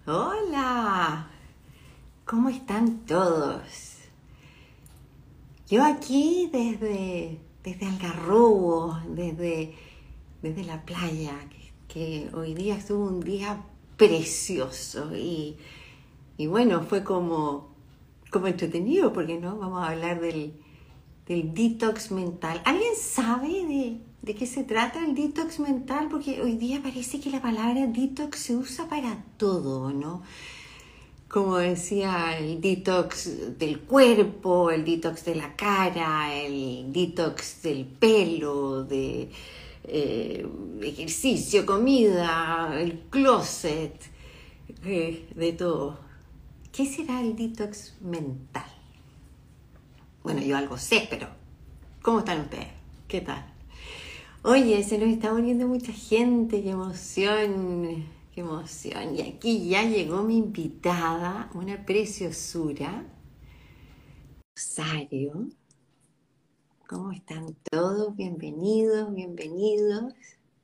Hola, ¿cómo están todos? Yo aquí desde Algarrobo, desde la playa, que hoy día estuvo un día precioso y bueno, fue como entretenido, porque no vamos a hablar del detox mental. ¿Alguien sabe de qué se trata el detox mental? Porque hoy día parece que la palabra detox se usa para todo, ¿no? Como decía, el detox del cuerpo, el detox de la cara, el detox del pelo, de ejercicio, comida, el closet, de todo. ¿Qué será el detox mental? Bueno, yo algo sé, pero ¿cómo están ustedes? ¿Qué tal? Oye, se nos está uniendo mucha gente, qué emoción, qué emoción. Y aquí ya llegó mi invitada, una preciosura, Rosario. ¿Cómo están todos? Bienvenidos, bienvenidos.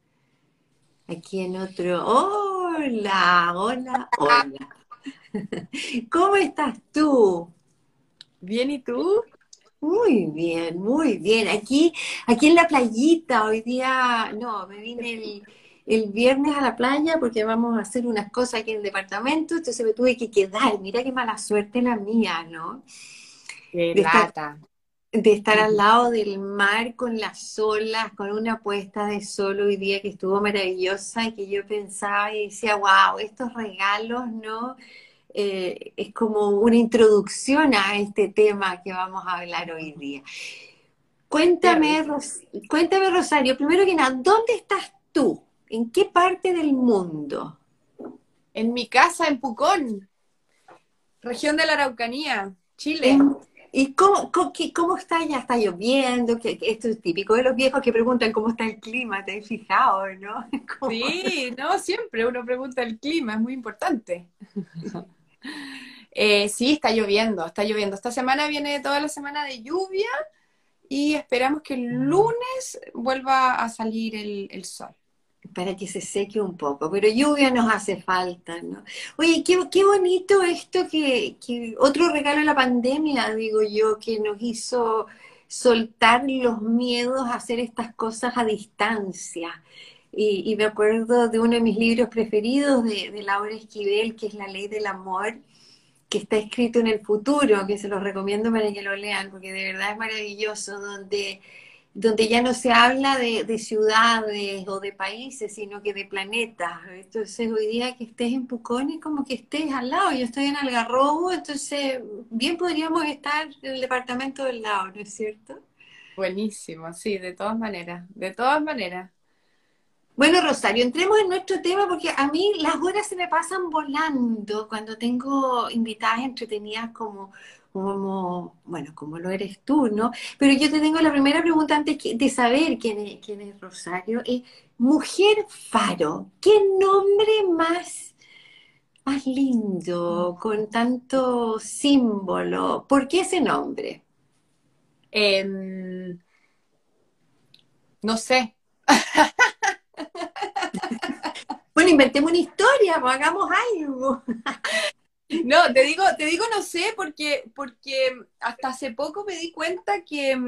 Aquí en otro... Hola, hola, hola. ¿Cómo estás tú? Bien, ¿y tú? Muy bien, muy bien. Aquí en la playita, hoy día, no, me vine el viernes a la playa porque vamos a hacer unas cosas aquí en el departamento, entonces me tuve que quedar. Mira qué mala suerte la mía, ¿no? Qué De estar, lata. de estar al lado del mar con las olas, con una puesta de sol hoy día que estuvo maravillosa y que yo pensaba y decía, wow, estos regalos, ¿no? Es como una introducción a este tema que vamos a hablar hoy día. Qué rico. Cuéntame, Rosario, primero que nada, ¿dónde estás tú? ¿En qué parte del mundo? En mi casa, en Pucón, región de la Araucanía, Chile. En- ¿Y cómo está ya? ¿Está lloviendo? Que esto es típico de los viejos que preguntan cómo está el clima, ¿te has fijado, no? ¿Cómo? Sí, no, siempre uno pregunta el clima, es muy importante. Sí, está lloviendo, está lloviendo. Esta semana viene toda la semana de lluvia y esperamos que el lunes vuelva a salir el sol. Para que se seque un poco, pero lluvia nos hace falta, ¿no? Oye, qué bonito esto que otro regalo de la pandemia, digo yo, que nos hizo soltar los miedos a hacer estas cosas a distancia. Y me acuerdo de uno de mis libros preferidos de Laura Esquivel, que es La Ley del Amor, que está escrito en el futuro, que se los recomiendo para que lo lean, porque de verdad es maravilloso, donde ya no se habla de ciudades o de países, sino que de planetas. Entonces, hoy día que estés en Pucón es como que estés al lado. Yo estoy en Algarrobo, entonces bien podríamos estar en el departamento del lado, ¿no es cierto? Buenísimo, sí, de todas maneras, de todas maneras. Bueno, Rosario, entremos en nuestro tema porque a mí las horas se me pasan volando cuando tengo invitadas entretenidas bueno, como lo eres tú, ¿no? Pero yo te tengo la primera pregunta antes de saber quién es Rosario. Mujer Faro, ¿qué nombre más lindo, con tanto símbolo? ¿Por qué ese nombre? Em, no sé. Bueno, inventemos una historia, pues, hagamos algo. No, te digo no sé porque hasta hace poco me di cuenta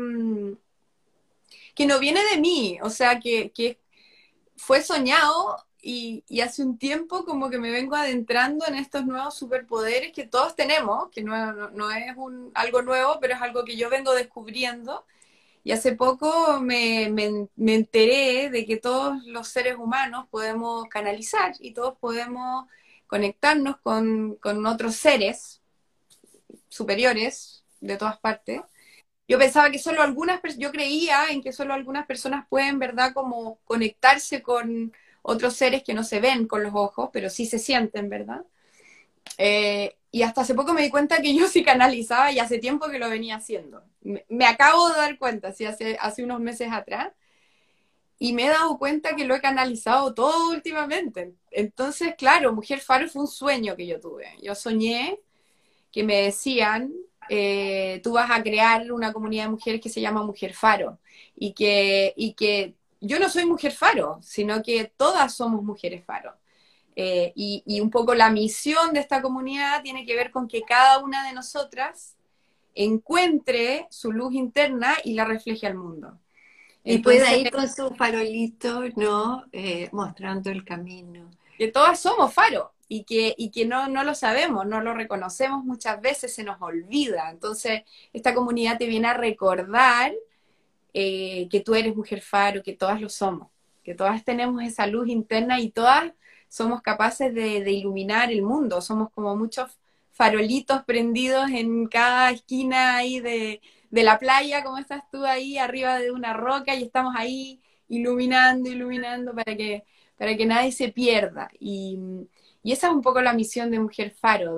que no viene de mí, o sea, que fue soñado y hace un tiempo como que me vengo adentrando en estos nuevos superpoderes que todos tenemos, que no es algo nuevo, pero es algo que yo vengo descubriendo. Y hace poco me enteré de que todos los seres humanos podemos canalizar y todos podemos conectarnos con otros seres superiores de todas partes. Yo pensaba que solo yo creía en que solo algunas personas pueden, ¿verdad?, como conectarse con otros seres que no se ven con los ojos, pero sí se sienten, ¿verdad? Y hasta hace poco me di cuenta que yo sí canalizaba y hace tiempo que lo venía haciendo. Me acabo de dar cuenta, sí, hace unos meses atrás, y me he dado cuenta que lo he canalizado todo últimamente. Entonces, claro, Mujer Faro fue un sueño que yo tuve. Yo soñé que me decían, tú vas a crear una comunidad de mujeres que se llama Mujer Faro, y que yo no soy Mujer Faro, sino que todas somos Mujeres Faro. Y un poco la misión de esta comunidad tiene que ver con que cada una de nosotras encuentre su luz interna y la refleje al mundo. Y pueda Entonces, ir con su farolito, ¿no? Mostrando el camino. que todas somos faro y que no lo sabemos, no lo reconocemos muchas veces, se nos olvida. Entonces, esta comunidad te viene a recordar que tú eres mujer faro, que todas lo somos, que todas tenemos esa luz interna y todas somos capaces de iluminar el mundo. Somos como muchos farolitos prendidos en cada esquina ahí de la playa, como estás tú ahí arriba de una roca y estamos ahí iluminando, iluminando para que nadie se pierda. Y esa es un poco la misión de Mujer Faro,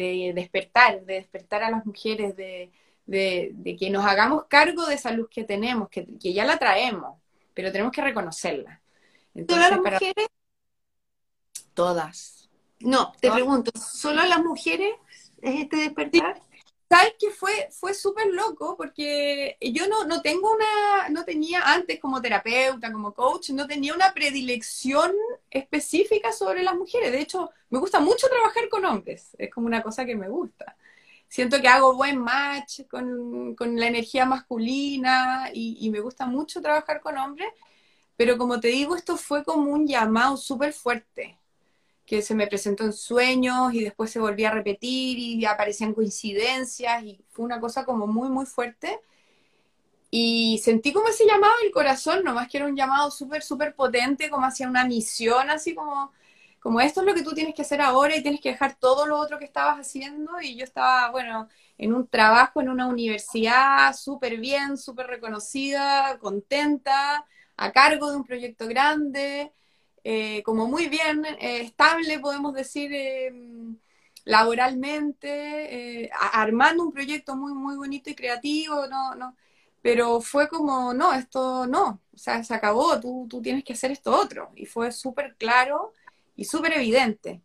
de despertar a las mujeres, de que nos hagamos cargo de esa luz que tenemos, que ya la traemos, pero tenemos que reconocerla. ¿Solo Entonces, las para mujeres? todas. No, te Todas. pregunto, ¿solo las mujeres es este despertar? ¿Sabes qué fue súper loco? Porque yo no tengo no tenía antes como terapeuta, como coach, no tenía una predilección específica sobre las mujeres. De hecho, me gusta mucho trabajar con hombres. Es como una cosa que me gusta. Siento que hago buen match con la energía masculina y me gusta mucho trabajar con hombres, pero como te digo, esto fue como un llamado súper fuerte, que se me presentó en sueños y después se volvía a repetir y aparecían coincidencias y fue una cosa como muy, muy fuerte. Y sentí como ese llamado del corazón, nomás que era un llamado súper, súper potente, como hacia una misión, así como esto es lo que tú tienes que hacer ahora y tienes que dejar todo lo otro que estabas haciendo. Y yo estaba, bueno, en un trabajo, en una universidad, súper bien, súper reconocida, contenta, a cargo de un proyecto grande, como muy bien, estable, podemos decir, laboralmente, armando un proyecto muy, muy bonito y creativo, no, pero fue como, no, esto no, o sea, se acabó, tú tienes que hacer esto otro. Y fue súper claro y súper evidente.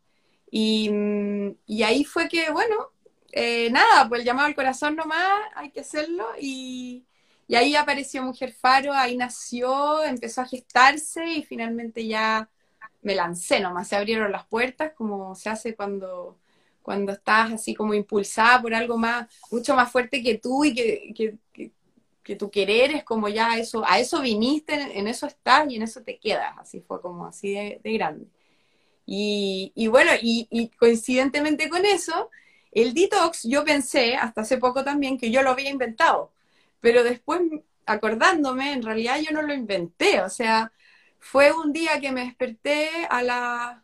Y ahí fue que, bueno, nada, pues el llamado al corazón nomás, hay que hacerlo. Y ahí apareció Mujer Faro, ahí nació, empezó a gestarse y finalmente ya me lancé nomás, se abrieron las puertas como se hace cuando estás así como impulsada por algo más, mucho más fuerte que tú y que tu querer es como ya eso, a eso viniste, en eso estás y en eso te quedas, así fue como así de grande. Y bueno, y coincidentemente con eso, el detox yo pensé hasta hace poco también que yo lo había inventado, pero después acordándome, en realidad yo no lo inventé, o sea, fue un día que me desperté a las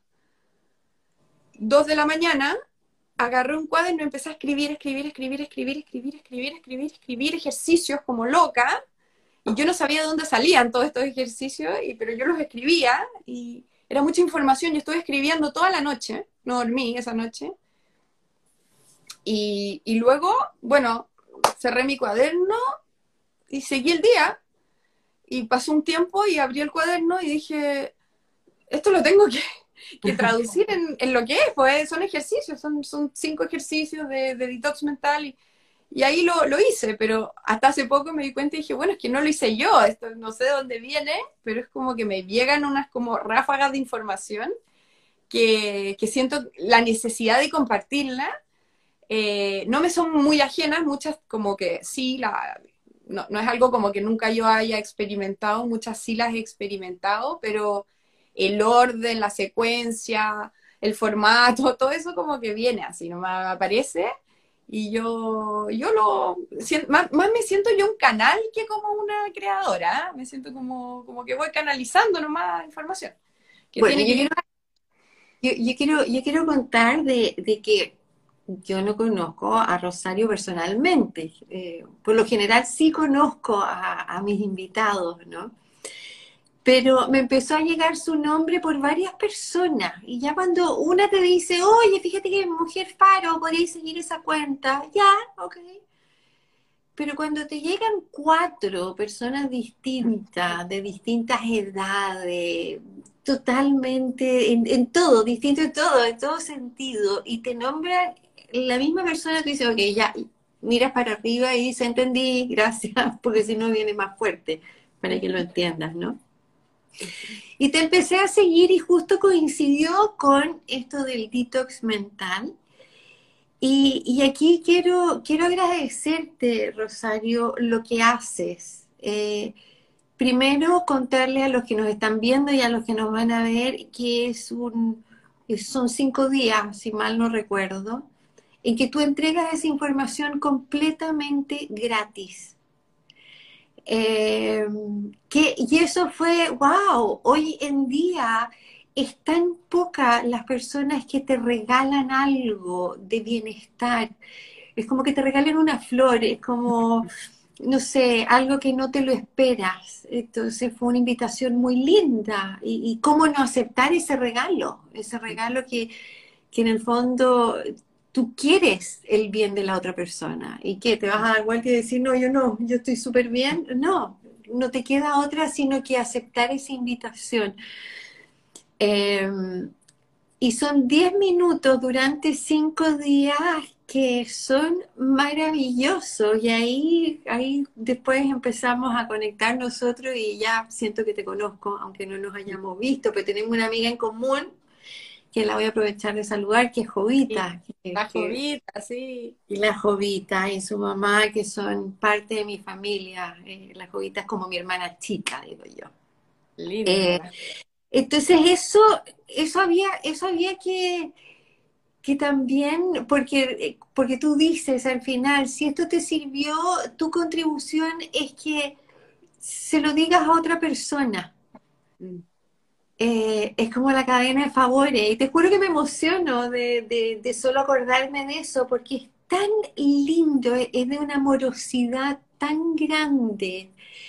2 de la mañana, agarré un cuaderno y empecé a escribir, escribir, escribir, escribir, escribir, escribir, escribir, escribir ejercicios como loca, y yo no sabía de dónde salían todos estos ejercicios, pero yo los escribía y era mucha información. Yo estuve escribiendo toda la noche, no dormí esa noche. Y luego, bueno, cerré mi cuaderno y seguí el día. Y pasó un tiempo y abrí el cuaderno y dije, esto lo tengo que traducir en lo que es, pues son ejercicios, son 5 ejercicios de detox mental y ahí lo hice, pero hasta hace poco me di cuenta y dije, bueno, es que no lo hice yo, esto no sé de dónde viene, pero es como que me llegan unas como ráfagas de información que siento la necesidad de compartirla. No me son muy ajenas, muchas como que sí, no es algo como que nunca yo haya experimentado, muchas sí las he experimentado, pero el orden, la secuencia, el formato, todo eso como que viene así, no me aparece. Y más me siento yo un canal que como una creadora, ¿eh? Me siento como que voy canalizando nomás información. Que Bueno, tiene que llegar. yo quiero contar de que yo no conozco a Rosario personalmente. Por lo general sí conozco a mis invitados, ¿no? Pero me empezó a llegar su nombre por varias personas. Y ya cuando una te dice, oye, fíjate que Mujer Faro, podríais seguir esa cuenta, ya, ok. Pero cuando te llegan 4 personas distintas, de distintas edades, totalmente, en todo, distinto en todo sentido, y te nombran la misma persona, tú dices, ok, ya, miras para arriba y dices, entendí, gracias, porque si no viene más fuerte, para que lo entiendas, ¿no? Y te empecé a seguir y justo coincidió con esto del detox mental. Y aquí quiero agradecerte, Rosario, lo que haces. Primero, contarle a los que nos están viendo y a los que nos van a ver que son 5 días, si mal no recuerdo, en que tú entregas esa información completamente gratis. Eh, y eso fue, wow, hoy en día es tan poca las personas que te regalan algo de bienestar. Es como que te regalen una flor, es como, no sé, algo que no te lo esperas. Entonces fue una invitación muy linda. Y cómo no aceptar ese regalo que en el fondo tú quieres el bien de la otra persona. ¿Y qué? ¿Te vas a dar vuelta y decir, no, yo estoy súper bien? No, no te queda otra sino que aceptar esa invitación. Eh, y son 10 minutos durante 5 días que son maravillosos. Y ahí después empezamos a conectar nosotros y ya siento que te conozco, aunque no nos hayamos visto, pero tenemos una amiga en común que la voy a aprovechar de saludar, que es Y Jovita. la Jovita, sí. Y la Jovita y su mamá, que son parte de mi familia. La Jovita es como mi hermana chica, digo yo. Linda. Eh, entonces eso había que también, porque tú dices al final, si esto te sirvió, tu contribución es que se lo digas a otra persona. Mm. Es como la cadena de favores. Y te juro que me emociono de solo acordarme de eso, porque es tan lindo, es de una amorosidad tan grande,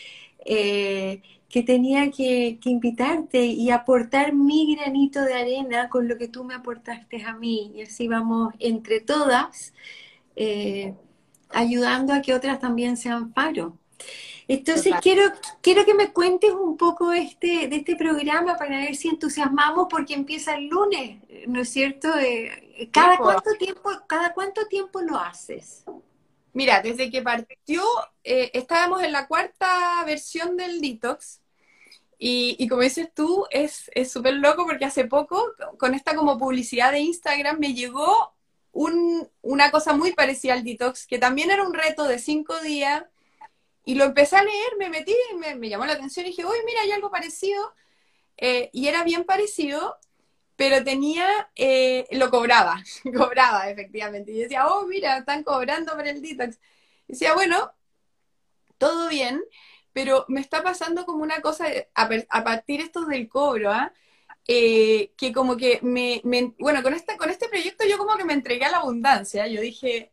que tenía que invitarte y aportar mi granito de arena con lo que tú me aportaste a mí. Y así vamos entre todas, eh, ayudando a que otras también sean faro. Entonces Total. quiero que me cuentes un poco de este programa para ver si entusiasmamos porque empieza el lunes, ¿no es cierto? Sí, ¿Cada po. cuánto tiempo lo haces? Mira, desde que partió, estábamos en la cuarta versión del Detox. Y como dices tú, es súper loco porque hace poco, con esta como publicidad de Instagram, me llegó una cosa muy parecida al Detox, que también era un reto de 5 días, y lo empecé a leer, me metí, me llamó la atención y dije, uy, mira, hay algo parecido, y era bien parecido, pero lo cobraba, cobraba efectivamente, y decía, oh, mira, están cobrando por el Detox. Y decía, bueno, todo bien, pero me está pasando como una cosa a partir esto del cobro, ¿ah? Que como que bueno, con este proyecto yo como que me entregué a la abundancia. Yo dije,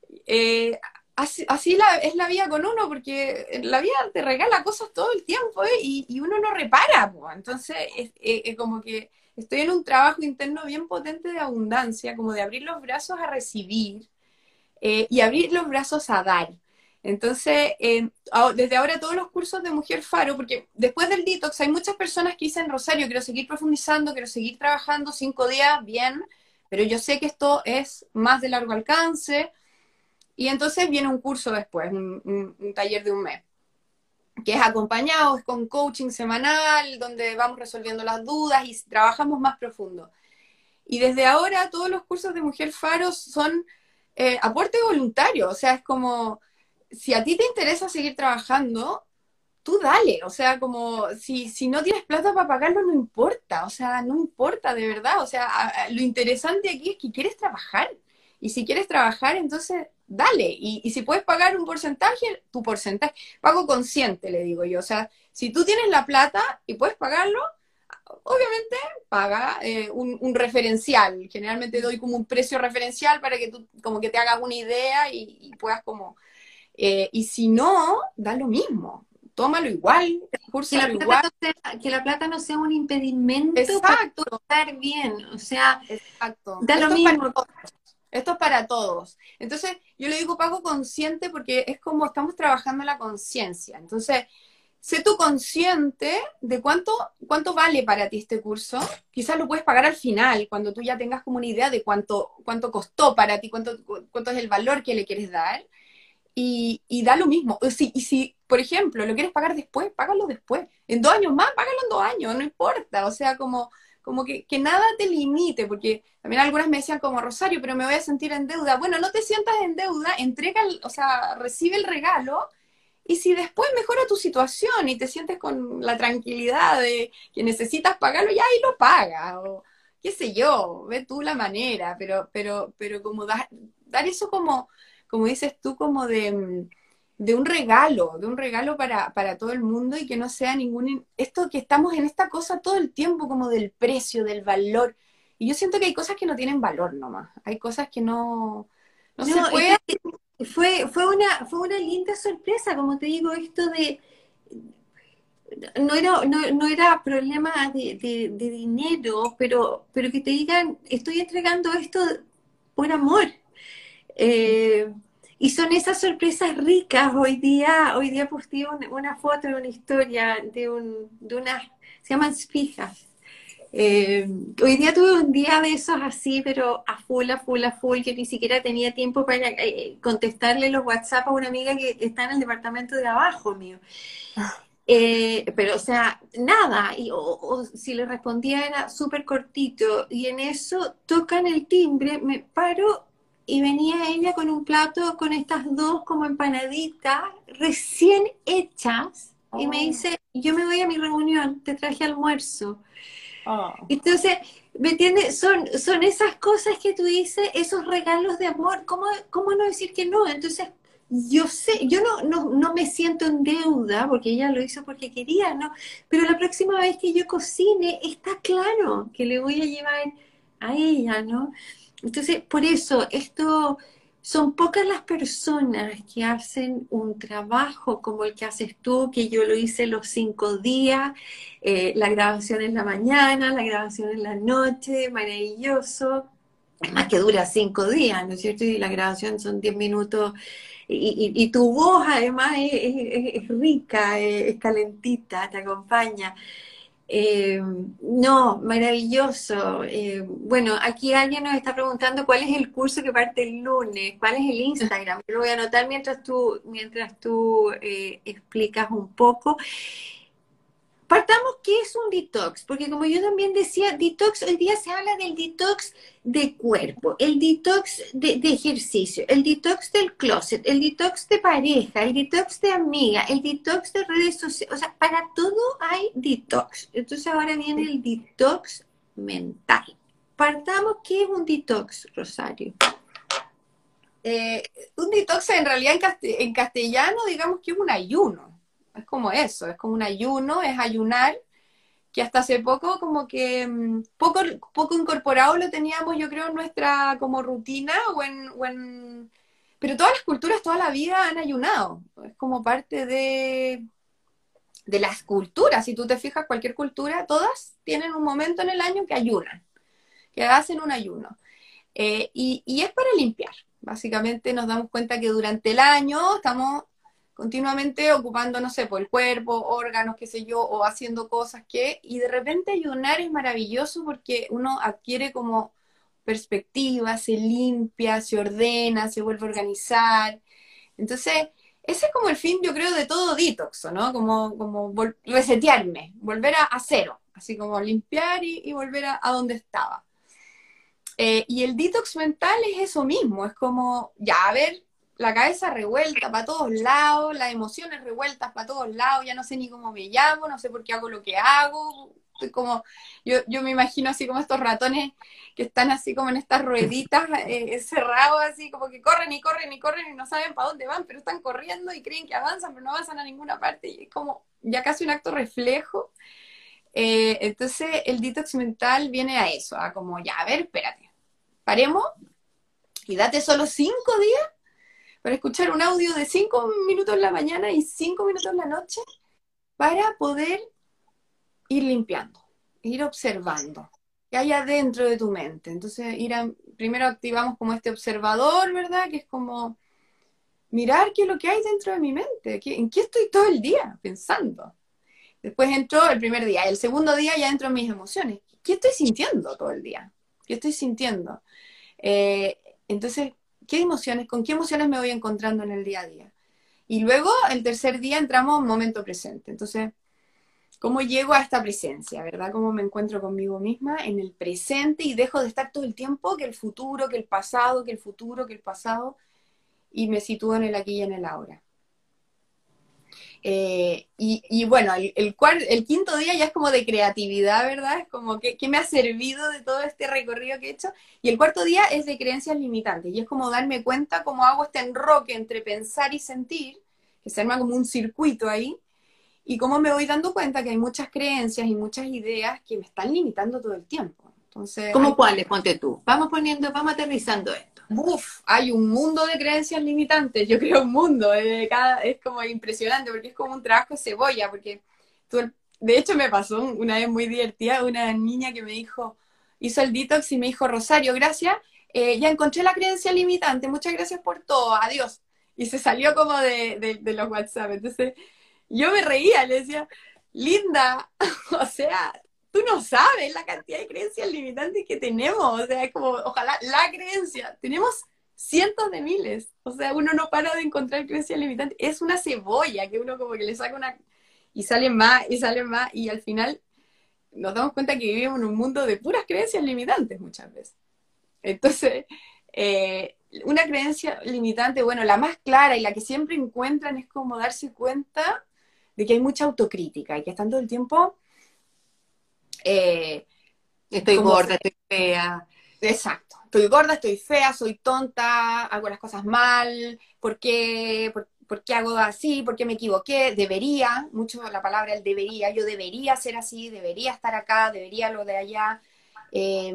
así es la vida con uno, porque la vida te regala cosas todo el tiempo, ¿eh? Y uno no repara, pues. Entonces, como que estoy en un trabajo interno bien potente de abundancia, como de abrir los brazos a recibir, y abrir los brazos a dar. Entonces, desde ahora todos los cursos de Mujer Faro, porque después del detox hay muchas personas que dicen, Rosario, quiero seguir profundizando, quiero seguir trabajando 5 días, bien, pero yo sé que esto es más de largo alcance, y entonces viene un curso después, un taller de un mes, que es acompañado, es con coaching semanal, donde vamos resolviendo las dudas y trabajamos más profundo. Y desde ahora todos los cursos de Mujer Faro son aporte voluntario, o sea, es como, si a ti te interesa seguir trabajando, tú dale, o sea, como si no tienes plata para pagarlo, no importa, o sea, no importa de verdad, o sea, lo interesante aquí es que quieres trabajar, y si quieres trabajar, entonces dale, y si puedes pagar un porcentaje, tu porcentaje, pago consciente, le digo yo, o sea, si tú tienes la plata y puedes pagarlo, obviamente paga un referencial. Generalmente doy como un precio referencial para que tú como que te hagas una idea y puedas como... y si no, da lo mismo. Tómalo igual, Que la cúrsalo plata igual. no que la plata no sea un impedimento para tú Exacto, estar bien. O sea, exacto. da lo Esto es para mismo. todos. Esto es para todos. Entonces, yo le digo pago consciente porque es como estamos trabajando la conciencia. Entonces, sé tú consciente de cuánto vale para ti este curso. Quizás lo puedes pagar al final, cuando tú ya tengas como una idea de cuánto costó para ti, cuánto es el valor que le quieres dar. y da lo mismo. Y si, por ejemplo, lo quieres pagar después, págalo después. En 2 años más, págalo en 2 años, no importa. O sea, como que nada te limite, porque también algunas me decían como, Rosario, pero me voy a sentir en deuda. Bueno, no te sientas en deuda, entrega, o sea, recibe el regalo, y si después mejora tu situación y te sientes con la tranquilidad de que necesitas pagarlo, ya ahí lo pagas, o qué sé yo, ve tú la manera, pero como dar eso como dices tú, como de un regalo para todo el mundo y que no sea esto que estamos en esta cosa todo el tiempo como del precio, del valor. Y yo siento que hay cosas que no tienen valor nomás, hay cosas que no se No, puede. fue una linda sorpresa, como te digo, esto de, no era problema de dinero, pero que te digan, estoy entregando esto por amor. Eh, y son esas sorpresas ricas. Hoy día posté una foto de una historia de unas, se llaman fijas. Hoy día tuve un día de esos así, pero a full, a full, a full, que ni siquiera tenía tiempo para contestarle los WhatsApp a una amiga que está en el departamento de abajo mío. Pero, o sea, nada, o si le respondía era súper cortito, y en eso tocan el timbre, me paro y venía ella con un plato con estas dos como empanaditas recién hechas, y me Oh, dice, yo me voy a mi reunión, te traje almuerzo. oh. Entonces, ¿me entiendes? Son esas cosas que tú dices, esos regalos de amor. ¿Cómo no decir que no? Entonces, yo sé, yo no me siento en deuda, porque ella lo hizo porque quería, ¿no? Pero la próxima vez que yo cocine, está claro que le voy a llevar a ella, ¿no? Entonces, por eso, esto, son pocas las personas que hacen un trabajo como el que haces tú, que yo lo hice los 5 días, la grabación en la mañana, la grabación en la noche, maravilloso. Además que dura 5 días, ¿no es cierto? Y la grabación son 10 minutos. Y tu voz además es rica, es calentita, te acompaña. No, maravilloso. Bueno, aquí alguien nos está preguntando cuál es el curso que parte el lunes, cuál es el Instagram. Yo lo voy a anotar mientras tú explicas un poco. Partamos, ¿qué es un detox? Porque como yo también decía, detox, hoy día se habla del detox de cuerpo, el detox de ejercicio, el detox del closet, el detox de pareja, el detox de amiga, el detox de redes sociales. O sea, para todo hay detox. Entonces ahora viene el detox mental. Partamos, ¿qué es un detox, Rosario? Eh, un detox en realidad en castellano digamos que es un ayuno, es como eso, es como un ayuno, es ayunar, que hasta hace poco como que poco incorporado lo teníamos yo creo en nuestra como rutina pero todas las culturas toda la vida han ayunado, es como parte de las culturas, si tú te fijas cualquier cultura, todas tienen un momento en el año que ayunan, que hacen un ayuno. Y es para limpiar. Básicamente nos damos cuenta que durante el año estamos continuamente ocupando, no sé, por el cuerpo, órganos, qué sé yo, o haciendo cosas y de repente ayunar es maravilloso porque uno adquiere como perspectiva, se limpia, se ordena, se vuelve a organizar. Entonces, ese es como el fin, yo creo, de todo detox, ¿no? Como resetearme, volver a cero, así como limpiar y volver a donde estaba. Y el detox mental es eso mismo, es como, ya, a ver, la cabeza revuelta para todos lados, las emociones revueltas para todos lados, ya no sé ni cómo me llamo, no sé por qué hago lo que hago, estoy como, yo me imagino así como estos ratones que están así como en estas rueditas cerrados, así como que corren y corren y corren y no saben para dónde van, pero están corriendo y creen que avanzan, pero no avanzan a ninguna parte, y es como ya casi un acto reflejo. Entonces el detox mental viene a eso, a como, ya, a ver, espérate. Paremos y date solo 5 días para escuchar un audio de 5 minutos en la mañana y 5 minutos en la noche para poder ir limpiando, ir observando qué hay adentro de tu mente. Entonces, primero activamos como este observador, ¿verdad? Que es como mirar qué es lo que hay dentro de mi mente, en qué estoy todo el día pensando. Después entro el primer día, el segundo día ya entro en mis emociones. ¿Qué estoy sintiendo todo el día? ¿Qué estoy sintiendo? Eh, entonces, qué emociones, con qué emociones me voy encontrando en el día a día. Y luego, el tercer día, entramos en momento presente. Entonces, ¿cómo llego a esta presencia, verdad? ¿Cómo me encuentro conmigo misma en el presente y dejo de estar todo el tiempo que el futuro, que el pasado, que el futuro, que el pasado, y me sitúo en el aquí y en el ahora? Y bueno, el quinto día ya es como de creatividad, ¿verdad? Es como que me ha servido de todo este recorrido que he hecho. Y el cuarto día es de creencias limitantes. Y es como darme cuenta cómo hago este enroque entre pensar y sentir, que se arma como un circuito ahí, y cómo me voy dando cuenta que hay muchas creencias y muchas ideas que me están limitando todo el tiempo. Entonces, ¿Cómo cuáles? Ponte tú. Vamos aterrizando esto. hay un mundo de creencias limitantes, yo creo un mundo, es como impresionante, porque es como un trabajo de cebolla, porque de hecho me pasó una vez muy divertida, una niña que me dijo, hizo el detox y me dijo, Rosario, gracias, ya encontré la creencia limitante, muchas gracias por todo, adiós. Y se salió como de los WhatsApp, entonces yo me reía, le decía, linda, o sea, tú no sabes la cantidad de creencias limitantes que tenemos, o sea, es como, ojalá la creencia, tenemos cientos de miles, o sea, uno no para de encontrar creencias limitantes, es una cebolla que uno como que le saca una, y salen más, y al final nos damos cuenta que vivimos en un mundo de puras creencias limitantes muchas veces. Entonces, una creencia limitante, bueno, la más clara y la que siempre encuentran es como darse cuenta de que hay mucha autocrítica y que están todo el tiempo eh, Estoy como, gorda, estoy fea. exacto, estoy gorda, estoy fea, soy tonta, hago las cosas mal, ¿por qué hago así? ¿Por qué me equivoqué? Debería, mucho la palabra el debería, yo debería ser así, debería estar acá, debería lo de allá. Eh,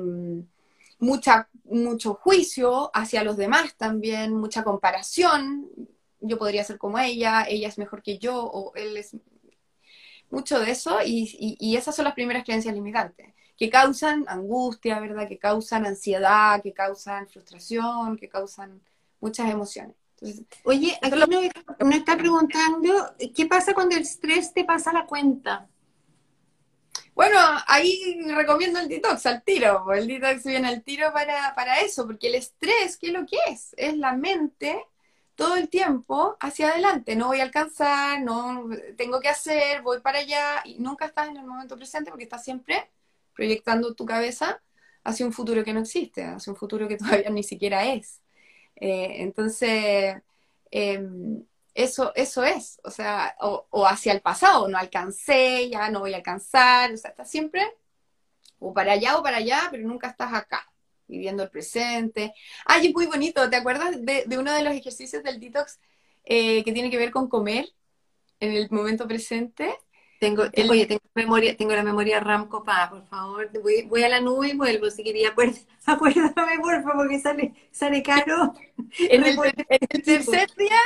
mucho juicio hacia los demás también, mucha comparación. Yo podría ser como ella es mejor que yo, o él es mucho de eso, y esas son las primeras creencias limitantes, que causan angustia, ¿verdad? Que causan ansiedad, que causan frustración, que causan muchas emociones. Entonces, Oye, esto aquí nos está preguntando, ¿qué pasa cuando el estrés te pasa la cuenta? bueno, ahí recomiendo el detox al tiro, pues el detox viene al tiro para eso, porque el estrés, ¿qué es lo que es? Es la mente todo el tiempo hacia adelante, no voy a alcanzar, no tengo que hacer, voy para allá, y nunca estás en el momento presente porque estás siempre proyectando tu cabeza hacia un futuro que no existe, hacia un futuro que todavía ni siquiera es. Entonces, eso es, o sea, o hacia el pasado, no alcancé, ya no voy a alcanzar, o sea, estás siempre o para allá, pero nunca estás acá, viviendo el presente. Ay, es muy bonito, ¿te acuerdas de uno de los ejercicios del detox que tiene que ver con comer en el momento presente? El, Oye, tengo la memoria RAM copada, por favor. Voy a la nube y vuelvo, si quería, acuérdame, por favor, porque sale caro En el, reponer en el el equipo. tercer día,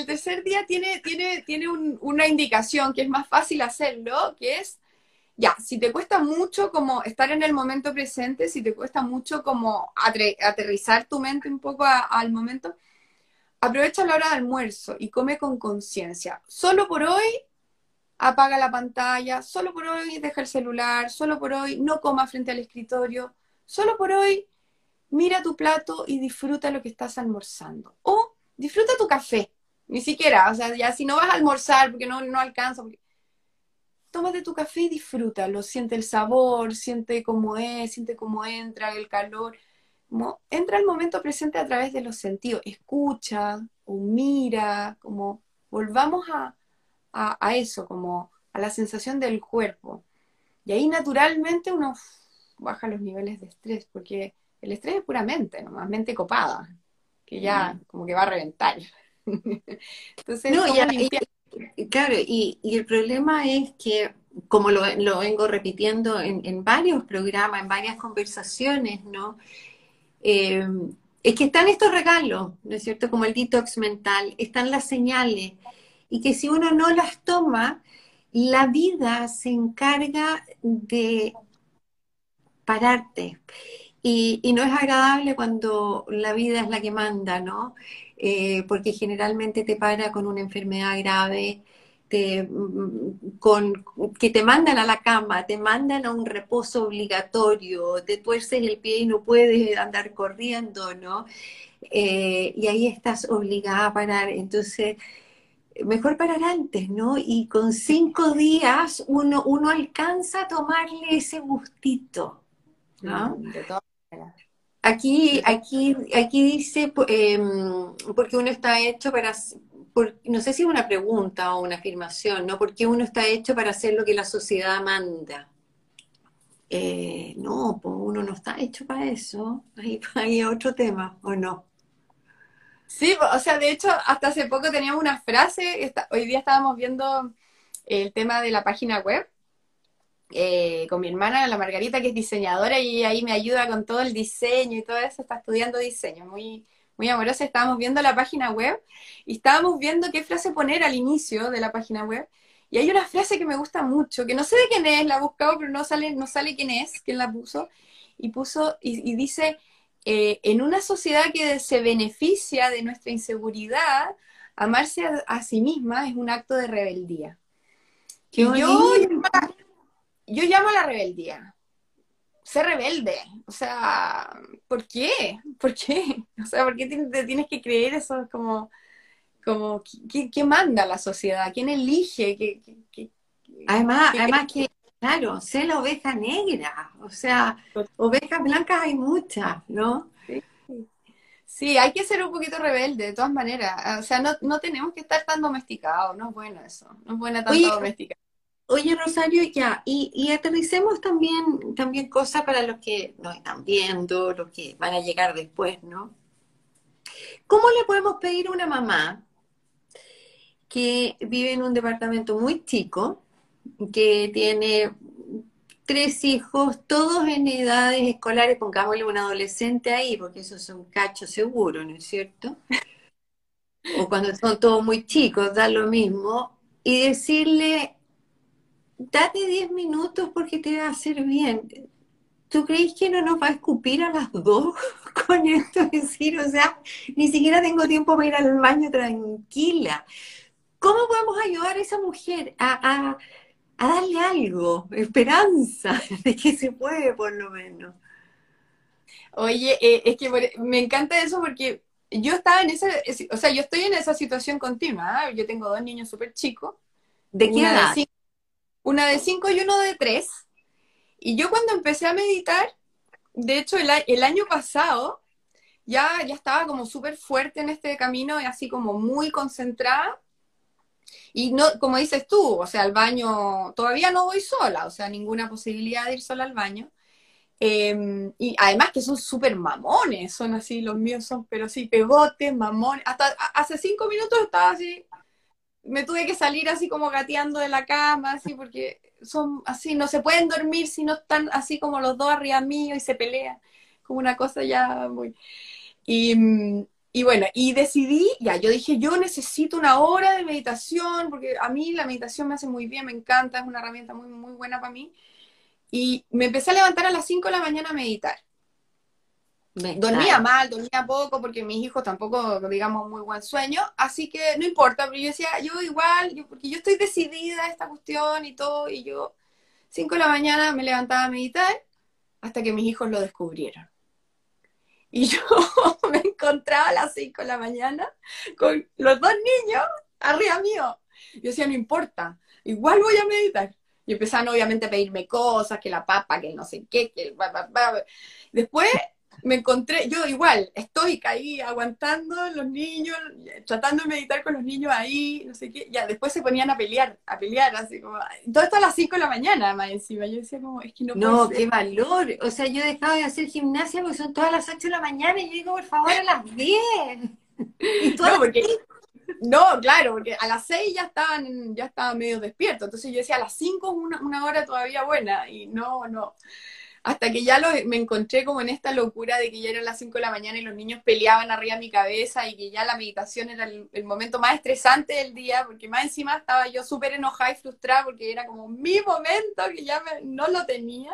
tiene una indicación que es más fácil hacerlo, que es, ya, si te cuesta mucho como estar en el momento presente, si te cuesta mucho como aterrizar tu mente un poco al momento, aprovecha la hora de almuerzo y come con conciencia. Solo por hoy apaga la pantalla, solo por hoy deja el celular, solo por hoy no coma frente al escritorio, solo por hoy mira tu plato y disfruta lo que estás almorzando. O disfruta tu café, ni siquiera, o sea, ya si no vas a almorzar porque no alcanza, tómate tu café y disfrútalo, siente el sabor, siente cómo es, siente cómo entra el calor. Como entra al momento presente a través de los sentidos, escucha o mira, como volvamos a eso, como a la sensación del cuerpo. Y ahí naturalmente uno baja los niveles de estrés, porque el estrés es pura mente, nomás mente copada, que ya como que va a reventar. Entonces, No, ¿cómo limpiar? claro, y el problema es que, como lo vengo repitiendo en varios programas, en varias conversaciones, ¿no? Eh, es que están estos regalos, ¿no es cierto? Como el detox mental, están las señales, y que si uno no las toma, la vida se encarga de pararte. Y no es agradable cuando la vida es la que manda, ¿no? Porque generalmente te para con una enfermedad grave, que te mandan a la cama, te mandan a un reposo obligatorio, te tuerces el pie y no puedes andar corriendo, ¿no? Y ahí estás obligada a parar. Entonces, mejor parar antes, ¿no? Y con 5 días uno alcanza a tomarle ese gustito, ¿no? De todas maneras. Aquí, De todas- aquí, aquí dice, porque uno está hecho para, no sé si es una pregunta o una afirmación, ¿no? Porque uno está hecho para hacer lo que la sociedad manda. No, pues uno no está hecho para eso. Hay otro tema, ¿o no? Sí, o sea, de hecho, hasta hace poco teníamos una frase, hoy día estábamos viendo el tema de la página web con mi hermana, la Margarita, que es diseñadora, y ahí me ayuda con todo el diseño y todo eso, está estudiando diseño, muy, muy amorosa. Estábamos viendo la página web y estábamos viendo qué frase poner al inicio de la página web. Y hay una frase que me gusta mucho, que no sé de quién es, la he buscado, pero no sale quién es, quién la puso, y dice, en una sociedad que se beneficia de nuestra inseguridad, amarse a sí misma es un acto de rebeldía. ¡Qué Y bonito! yo llamo a la rebeldía. Ser rebelde. O sea, ¿por qué? ¿Por qué? O sea, ¿por qué te tienes que creer eso? Como ¿qué manda la sociedad? ¿Quién elige? Además que, claro, sé la oveja negra, o sea, ovejas blancas hay muchas, ¿no? Sí, sí, hay que ser un poquito rebelde, de todas maneras. O sea, no tenemos que estar tan domesticados. No es bueno eso. No es buena tanta Oye, domesticación. oye, Rosario, ya, y aterricemos también cosas para los que nos están viendo, los que van a llegar después, ¿no? ¿Cómo le podemos pedir a una mamá que vive en un departamento muy chico, que tiene 3 hijos, todos en edades escolares, pongámosle un adolescente ahí, porque eso es un cacho seguro, ¿no es cierto? O cuando son todos muy chicos, da lo mismo, y decirle, date 10 minutos porque te va a hacer bien. ¿Tú crees que no nos va a escupir a las dos con esto? Es decir, o sea, ni siquiera tengo tiempo para ir al baño tranquila. ¿Cómo podemos ayudar a esa mujer a darle algo, esperanza de que se puede por lo menos? Oye, es que me encanta eso porque yo estaba en esa, o sea, yo estoy en esa situación continua. ¿Ah? Yo tengo dos niños súper chicos, ¿De qué una de edad? 5, una de 5 y uno de 3. Y yo cuando empecé a meditar, de hecho el año pasado, ya estaba como súper fuerte en este camino, así como muy concentrada. Y no, como dices tú, o sea, al baño, todavía no voy sola, o sea, ninguna posibilidad de ir sola al baño. Y además que son súper mamones, son así, los míos son, pero sí, pegotes, mamones. Hasta hace 5 minutos estaba así, me tuve que salir así como gateando de la cama, así, porque son así, no se pueden dormir si no están así como los dos arriba mío y se pelean, como una cosa ya muy... Y, y bueno, y decidí, ya, yo dije, yo necesito una hora de meditación, porque a mí la meditación me hace muy bien, me encanta, es una herramienta muy, muy buena para mí. Y me empecé a levantar a las 5 de la mañana a meditar. Me Dormía está. mal, dormía poco, porque mis hijos tampoco, digamos, muy buen sueño, así que no importa, pero yo decía, yo igual, porque yo estoy decidida a esta cuestión y todo, y yo 5 de la mañana me levantaba a meditar hasta que mis hijos lo descubrieron. Y yo me encontraba a las 5 de la mañana con los dos niños arriba mío. Yo decía, no importa, igual voy a meditar. Y empezaron obviamente a pedirme cosas, que la papa, que el no sé qué, que el... Después me encontré, yo igual, estoica ahí, aguantando los niños, tratando de meditar con los niños ahí, no sé qué. Ya, después se ponían a pelear, así como... Todo esto a las 5 de la mañana, más encima. Yo decía como, es que no puede No, ser. qué valor. O sea, yo dejaba de hacer gimnasia porque son todas las 8 de la mañana y yo digo, por favor, a las 10. Y todas No, las porque no, claro, porque a las 6 ya estaban medio despiertos. Entonces yo decía, a las 5 es una hora todavía buena. Y no. Hasta que ya me encontré como en esta locura de que ya eran las 5 de la mañana y los niños peleaban arriba de mi cabeza y que ya la meditación era el momento más estresante del día, porque más encima estaba yo súper enojada y frustrada porque era como mi momento que ya no lo tenía.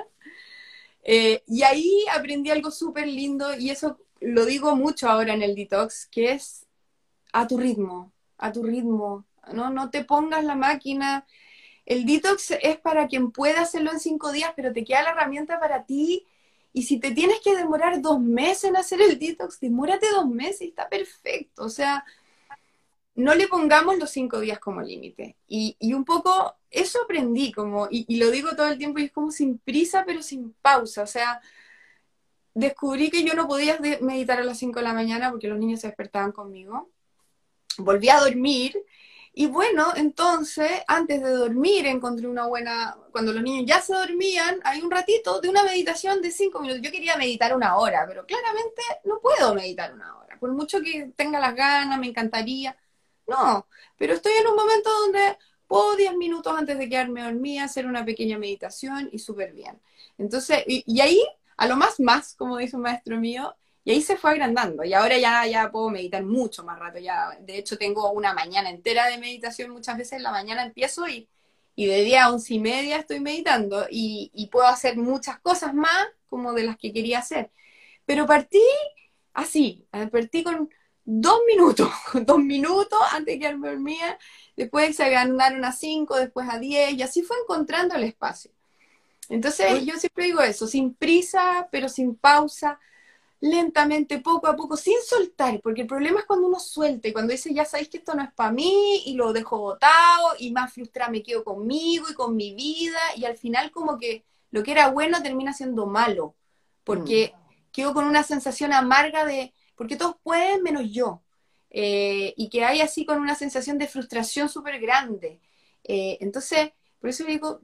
Y ahí aprendí algo súper lindo y eso lo digo mucho ahora en el detox, que es a tu ritmo, a tu ritmo. no te pongas la máquina. El detox es para quien pueda hacerlo en 5 días, pero te queda la herramienta para ti. Y si te tienes que demorar 2 meses en hacer el detox, demórate 2 meses y está perfecto. O sea, no le pongamos los 5 días como límite. Y un poco eso aprendí, como, y lo digo todo el tiempo, y es como sin prisa, pero sin pausa. O sea, descubrí que yo no podía meditar a las 5 de la mañana porque los niños se despertaban conmigo. Volví a dormir. Y bueno, entonces, antes de dormir encontré una buena, cuando los niños ya se dormían, hay un ratito de una meditación de 5 minutos. Yo quería meditar 1 hora, pero claramente no puedo meditar 1 hora. Por mucho que tenga las ganas, me encantaría. No, pero estoy en un momento donde puedo 10 minutos antes de quedarme dormida hacer una pequeña meditación y súper bien. Entonces, y ahí, a lo más, como dice un maestro mío, y ahí se fue agrandando. Y ahora ya puedo meditar mucho más rato. Ya, de hecho, tengo una mañana entera de meditación. Muchas veces en la mañana empiezo y de 10 a 11:30 estoy meditando. Y puedo hacer muchas cosas más como de las que quería hacer. Pero partí así. Partí con 2 minutos. 2 minutos antes de quedarme dormida. Después se agrandaron a 5, después a 10. Y así fue encontrando el espacio. Entonces, yo siempre digo eso. Sin prisa, pero sin pausa, lentamente, poco a poco, sin soltar, porque el problema es cuando uno suelta y cuando dice, ya sabéis que esto no es para mí, y lo dejo botado, y más frustrada me quedo conmigo y con mi vida, y al final como que lo que era bueno termina siendo malo, porque quedo con una sensación amarga de, porque todos pueden menos yo, y que hay así con una sensación de frustración súper grande. Entonces, por eso digo,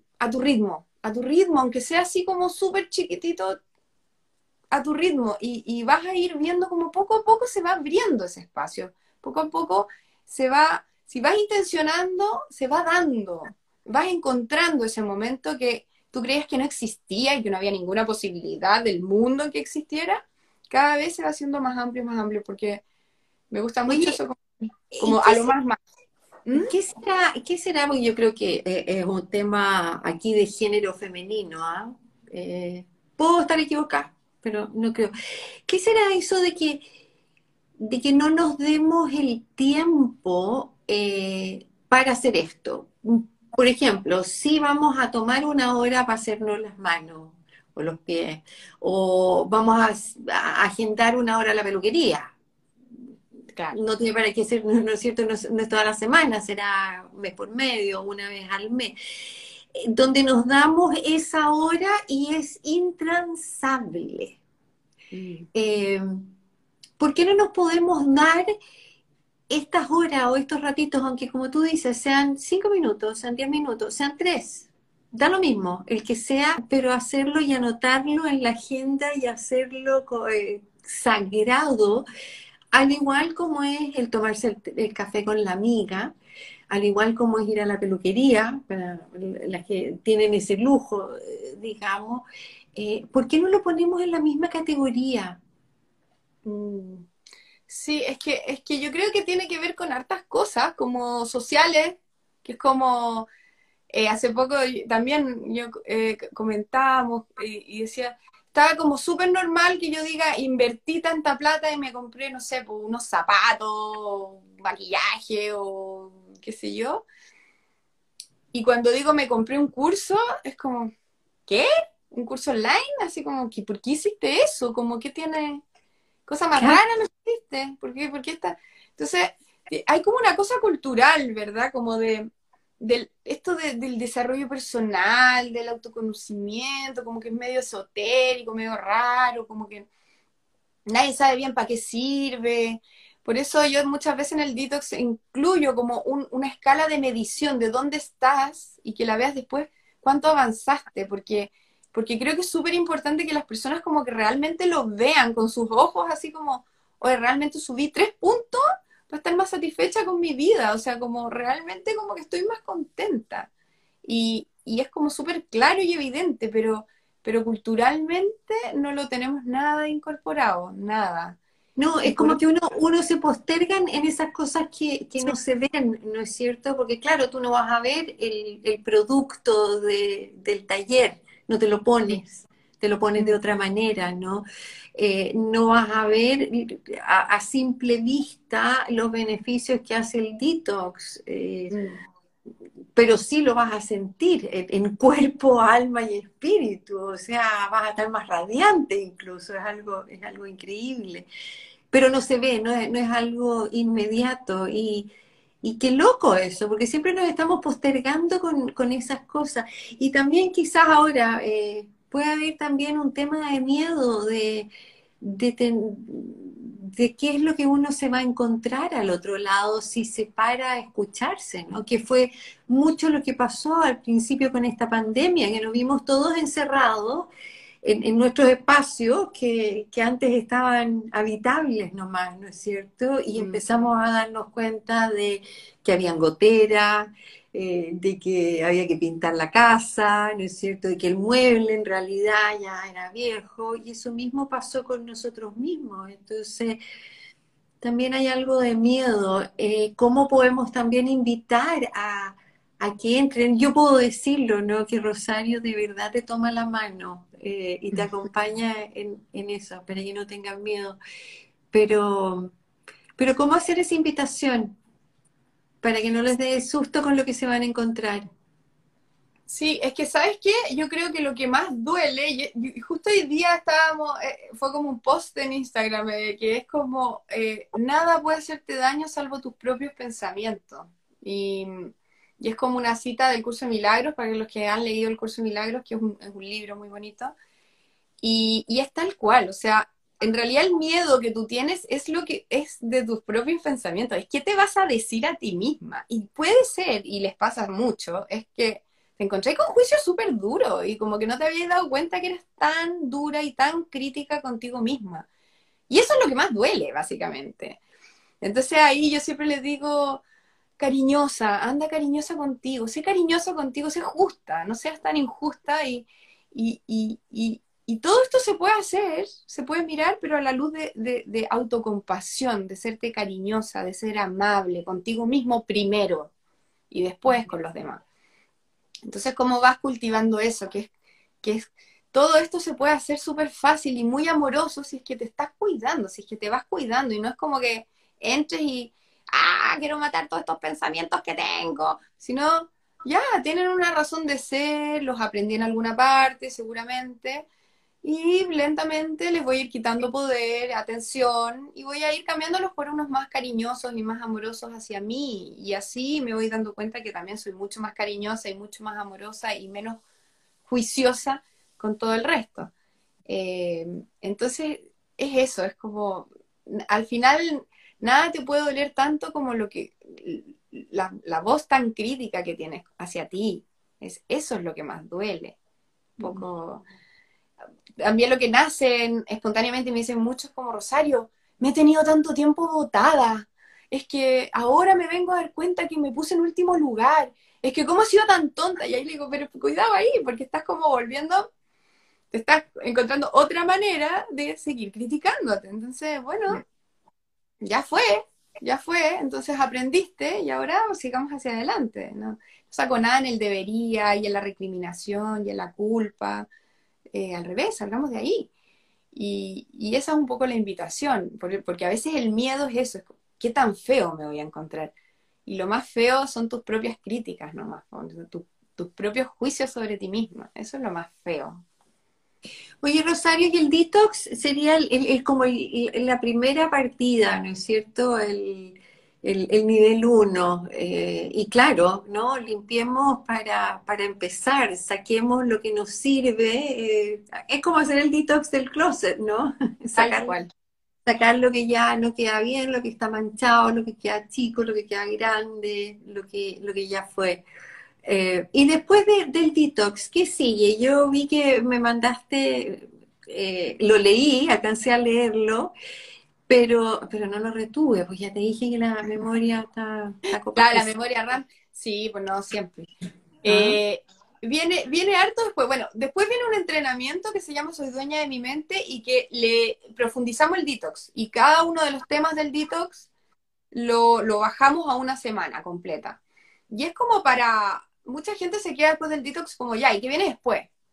a tu ritmo, aunque sea así como súper chiquitito, a tu ritmo y vas a ir viendo como poco a poco se va abriendo ese espacio. Poco a poco se va, si vas intencionando, se va dando. Vas encontrando ese momento que tú creías que no existía y que no había ninguna posibilidad del mundo en que existiera. Cada vez se va haciendo más amplio, porque me gusta mucho Oye, eso como, ¿y como a lo más. ¿Mm? qué será? ¿Qué será? Porque yo creo que es un tema aquí de género femenino, ¿ah? Puedo estar equivocada, pero no creo. ¿Qué será eso de que no nos demos el tiempo para hacer esto? Por ejemplo, si vamos a tomar 1 hora para hacernos las manos o los pies, o vamos a agendar 1 hora a la peluquería. Claro. No tiene para qué ser, no es cierto, no es toda la semana, será mes por medio, una vez al mes, donde nos damos esa hora y es intransable. Mm. Eh, ¿Por qué no nos podemos dar estas horas o estos ratitos, aunque como tú dices, sean 5 minutos, sean 10 minutos, sean tres? Da lo mismo, el que sea, pero hacerlo y anotarlo en la agenda y hacerlo sagrado, al igual como es el tomarse el café con la amiga, al igual como es ir a la peluquería, para las que tienen ese lujo, digamos. ¿Por qué no lo ponemos en la misma categoría? Mm. Sí, es que yo creo que tiene que ver con hartas cosas, como sociales, que es como, hace poco también yo comentábamos y decía, estaba como súper normal que yo diga, invertí tanta plata y me compré, no sé, pues, unos zapatos, maquillaje o qué sé yo. Y cuando digo me compré un curso, es como, ¿qué? ¿Un curso online? Así como, ¿por qué hiciste eso? Como, ¿qué tiene? Cosa más Claro. rara no existe. ¿Por qué está? Entonces, hay como una cosa cultural, ¿verdad? Como del desarrollo personal, del autoconocimiento, como que es medio esotérico, medio raro, como que nadie sabe bien para qué sirve. Por eso yo muchas veces en el detox incluyo como una escala de medición de dónde estás y que la veas después cuánto avanzaste, porque creo que es súper importante que las personas como que realmente lo vean con sus ojos, así como, oye, realmente subí 3 puntos para estar más satisfecha con mi vida, o sea, como realmente como que estoy más contenta. Y es como súper claro y evidente, pero culturalmente no lo tenemos nada incorporado, nada. No, Y es por como otro, que uno se posterga en esas cosas que no se ven, ¿no es cierto? Porque claro, tú no vas a ver el producto del taller, no te lo pones, te lo pones de otra manera, ¿no? No vas a ver a simple vista los beneficios que hace el detox. Mm. Pero sí lo vas a sentir en cuerpo, alma y espíritu, o sea, vas a estar más radiante incluso, es algo increíble, pero no se ve, no es algo inmediato y qué loco eso, porque siempre nos estamos postergando con esas cosas y también quizás ahora puede haber también un tema de miedo de, de qué es lo que uno se va a encontrar al otro lado si se para a escucharse, ¿no? Que fue mucho lo que pasó al principio con esta pandemia, que nos vimos todos encerrados en nuestros espacios que antes estaban habitables nomás, ¿no es cierto? Y Mm. empezamos a darnos cuenta de que habían goteras, de que había que pintar la casa, ¿no es cierto? De que el mueble en realidad ya era viejo y eso mismo pasó con nosotros mismos. Entonces, también hay algo de miedo. ¿Cómo podemos también invitar a que entren? Yo puedo decirlo, ¿no? Que Rosario de verdad te toma la mano y te acompaña en eso, para que no tengan miedo. Pero, pero ¿cómo hacer esa invitación para que no les dé susto con lo que se van a encontrar? Sí, es que, ¿sabes qué? Yo creo que lo que más duele, y justo hoy día estábamos, fue como un post en Instagram, que es como, nada puede hacerte daño salvo tus propios pensamientos. Y es como una cita del Curso de Milagros, para los que han leído el Curso de Milagros, que es un libro muy bonito, y es tal cual, o sea, en realidad el miedo que tú tienes es lo que es de tus propios pensamientos, es qué te vas a decir a ti misma. Y puede ser, y les pasa mucho, es que te encontré con juicios súper duros y como que no te habías dado cuenta que eres tan dura y tan crítica contigo misma. Y eso es lo que más duele, básicamente. Entonces ahí yo siempre les digo, cariñosa, anda cariñosa contigo, sé cariñosa contigo, sé justa, no seas tan injusta y todo esto se puede hacer, se puede mirar, pero a la luz de autocompasión, de serte cariñosa, de ser amable contigo mismo primero y después con los demás. Entonces, ¿cómo vas cultivando eso? Que es todo esto se puede hacer súper fácil y muy amoroso si es que te estás cuidando, si es que te vas cuidando y no es como que entres y, quiero matar todos estos pensamientos que tengo, sino, ya, tienen una razón de ser, los aprendí en alguna parte seguramente y lentamente les voy a ir quitando poder, atención, y voy a ir cambiándolos por unos más cariñosos y más amorosos hacia mí. Y así me voy dando cuenta que también soy mucho más cariñosa y mucho más amorosa y menos juiciosa con todo el resto. Entonces, es eso, es como, al final, nada te puede doler tanto como lo que, la voz tan crítica que tienes hacia ti. Eso es lo que más duele. Un poco también lo que nacen espontáneamente me dicen muchos como Rosario, me he tenido tanto tiempo botada, es que ahora me vengo a dar cuenta que me puse en último lugar, es que cómo he sido tan tonta, y ahí le digo, pero cuidado ahí, porque estás como volviendo, te estás encontrando otra manera de seguir criticándote, entonces, bueno, ya fue, ya fue, entonces aprendiste y ahora sigamos hacia adelante, ¿no? No saco nada en el debería y en la recriminación y en la culpa, al revés, salgamos de ahí. Y esa es un poco la invitación, porque a veces el miedo es eso, es qué tan feo me voy a encontrar. Y lo más feo son tus propias críticas nomás, tus propios juicios sobre ti mismo. Eso es lo más feo. Oye, Rosario, y el detox sería como la primera partida, ¿no es cierto? El nivel uno. Y claro, ¿no? Limpiemos para empezar, saquemos lo que nos sirve. Es como hacer el detox del closet, ¿no? Tal Sacar, cual. sacar lo que ya no queda bien, lo que está manchado, lo que queda chico, lo que queda grande, lo que ya fue. Y después del detox, ¿qué sigue? Yo vi que me mandaste, lo leí, alcancé a leerlo, pero no lo retuve, pues ya te dije que la memoria está Claro, la copada. memoria RAM, sí, pues no, siempre. ¿Ah? Eh, viene harto después. Bueno, después viene un entrenamiento que se llama Soy dueña de mi mente y que le profundizamos el detox. Y cada uno de los temas del detox lo bajamos a una semana completa. Y es como para, mucha gente se queda después del detox como ya, ¿y qué viene después?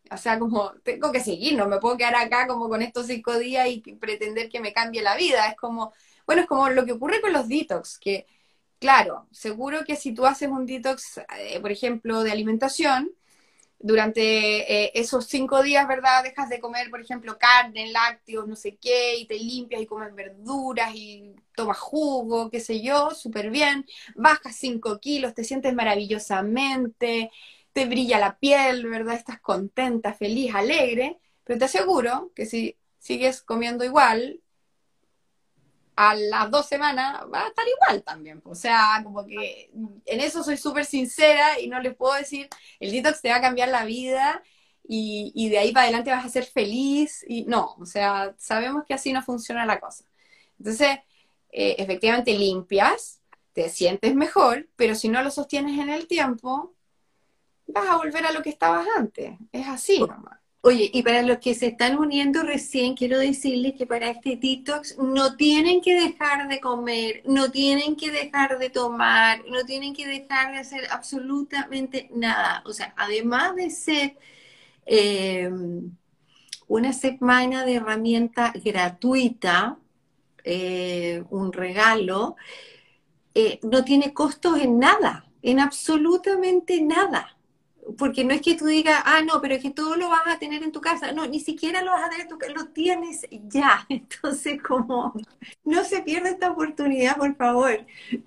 O sea, como tengo que seguir, no me puedo quedar acá como con estos 5 días y pretender que me cambie la vida. Es como, bueno, es como lo que ocurre con los detox, que claro, seguro que si tú haces un detox, por ejemplo, de alimentación, durante esos 5 días, ¿verdad? Dejas de comer, por ejemplo, carne, lácteos, no sé qué, y te limpias y comes verduras y tomas jugo, qué sé yo, súper bien. Bajas 5 kilos, te sientes maravillosamente, te brilla la piel, ¿verdad? Estás contenta, feliz, alegre, pero te aseguro que si sigues comiendo igual, a las 2 semanas va a estar igual también. O sea, como que en eso soy súper sincera y no les puedo decir, el detox te va a cambiar la vida y de ahí para adelante vas a ser feliz. Y no, o sea, sabemos que así no funciona la cosa. Entonces, efectivamente limpias, te sientes mejor, pero si no lo sostienes en el tiempo, vas a volver a lo que estabas antes. Es así nomás. Oye, y para los que se están uniendo recién, quiero decirles que para este detox no tienen que dejar de comer, no tienen que dejar de tomar, no tienen que dejar de hacer absolutamente nada. O sea, además de ser eh, una semana de herramienta gratuita, un regalo, no tiene costos en nada, en absolutamente nada. Porque no es que tú digas, ah, no, pero es que todo lo vas a tener en tu casa. No, ni siquiera lo vas a tener en tu casa, lo tienes ya. Entonces, como, no se pierda esta oportunidad, por favor.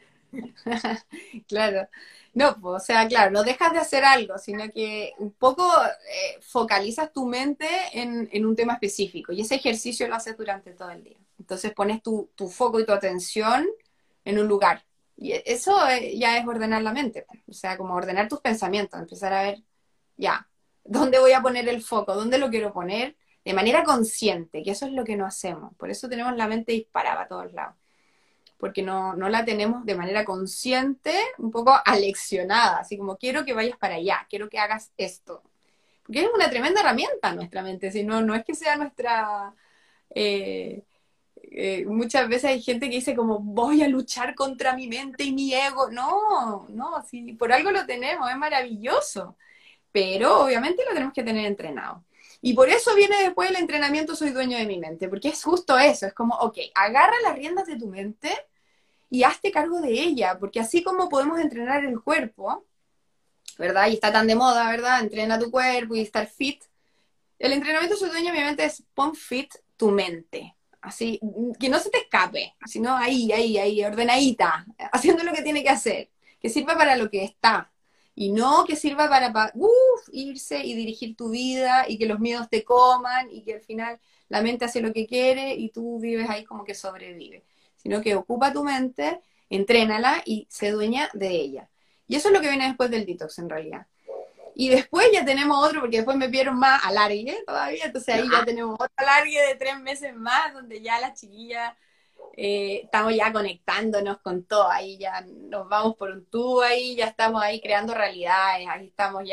Claro. No, pues, o sea, claro, no dejas de hacer algo, sino que un poco focalizas tu mente en un tema específico y ese ejercicio lo haces durante todo el día. Entonces pones tu foco y tu atención en un lugar. Y eso ya es ordenar la mente, pues. O sea, como ordenar tus pensamientos, empezar a ver, ya, ¿dónde voy a poner el foco? ¿Dónde lo quiero poner? De manera consciente, que eso es lo que no hacemos. Por eso tenemos la mente disparada a todos lados porque no la tenemos de manera consciente, un poco aleccionada, así como quiero que vayas para allá, quiero que hagas esto. Porque es una tremenda herramienta nuestra mente, si no es que sea nuestra... muchas veces hay gente que dice como voy a luchar contra mi mente y mi ego. No, no, si por algo lo tenemos, es maravilloso. Pero obviamente lo tenemos que tener entrenado. Y por eso viene después el entrenamiento Soy dueño de mi mente, porque es justo eso, es como, ok, agarra las riendas de tu mente y hazte cargo de ella, porque así como podemos entrenar el cuerpo, ¿verdad? Y está tan de moda, ¿verdad? Entrena tu cuerpo y estar fit. El entrenamiento Soy dueño obviamente es pon fit tu mente. Así, que no se te escape, sino ahí, ordenadita, haciendo lo que tiene que hacer, que sirva para lo que está, y no que sirva para irse y dirigir tu vida y que los miedos te coman y que al final la mente hace lo que quiere y tú vives ahí como que sobrevive, sino que ocupa tu mente, entrénala y se dueña de ella. Y eso es lo que viene después del detox en realidad. Y después ya tenemos otro, porque después me pidieron más alargue todavía, entonces ahí ya tenemos otro alargue de 3 meses más, donde ya las chiquillas estamos ya conectándonos con todo, ahí ya nos vamos por un tubo, ahí ya estamos ahí creando realidades, ahí estamos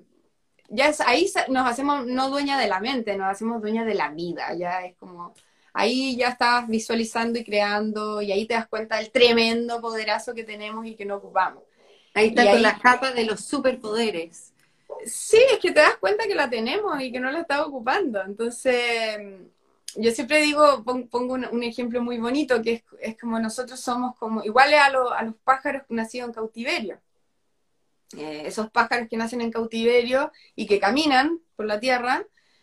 ahí nos hacemos no dueña de la mente, nos hacemos dueña de la vida, ya es como, ahí ya estás visualizando y creando, y ahí te das cuenta del tremendo poderazo que tenemos y que no ocupamos. Ahí Y está con ahí la capa de los superpoderes. sí, es que te das cuenta que la tenemos y que no la estás ocupando. Entonces, yo siempre digo, pongo un ejemplo muy bonito, que es como nosotros somos como iguales a los pájaros nacidos en cautiverio. Esos pájaros que nacen en cautiverio y que caminan por la tierra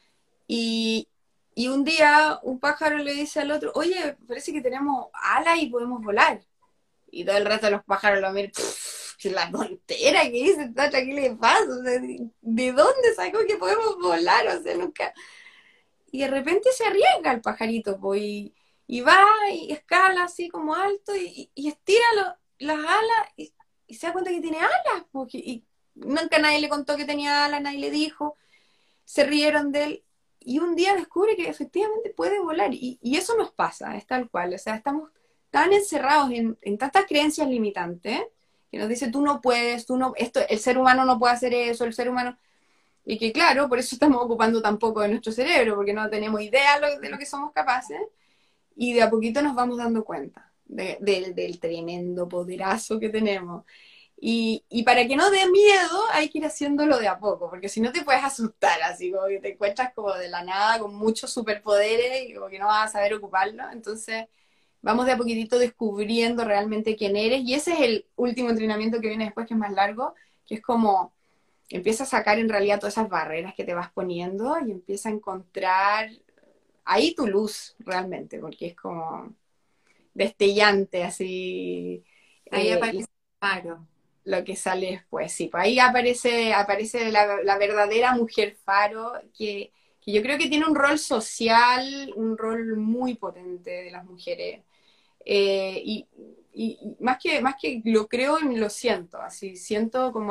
y, y un día un pájaro le dice al otro, oye, parece que tenemos alas y podemos volar. Y todo el resto de los pájaros lo miran, la tontera que dice, Tacha, ¿qué le pasa? O sea, ¿de dónde sacó que podemos volar? O sea, nunca. Y de repente se arriesga el pajarito, pues, y va y escala así como alto y estira las alas y se da cuenta que tiene alas, porque y nunca nadie le contó que tenía alas, nadie le dijo, se rieron de él. Y un día descubre que efectivamente puede volar. Y eso nos pasa, es tal cual. O sea, estamos tan encerrados en tantas creencias limitantes que nos dicen, tú no puedes, tú no, esto, el ser humano no puede hacer eso, el ser humano. Y que claro, por eso estamos ocupando tan poco de nuestro cerebro, porque no tenemos idea de lo que somos capaces. Y de a poquito nos vamos dando cuenta del tremendo poderazo que tenemos. Y para que no dé miedo, hay que ir haciéndolo de a poco, porque si no te puedes asustar, así como que te encuentras como de la nada con muchos superpoderes y como que no vas a saber ocuparlo. Entonces, vamos de a poquitito descubriendo realmente quién eres. Y ese es el último entrenamiento que viene después, que es más largo, que es como empieza a sacar en realidad todas esas barreras que te vas poniendo y empieza a encontrar ahí tu luz realmente, porque es como destellante, así. Ahí Y aparece el faro. lo que sale después, sí, pues ahí aparece la verdadera mujer faro, que yo creo que tiene un rol social, un rol muy potente de las mujeres. Eh, y, más que lo creo, lo siento, así siento como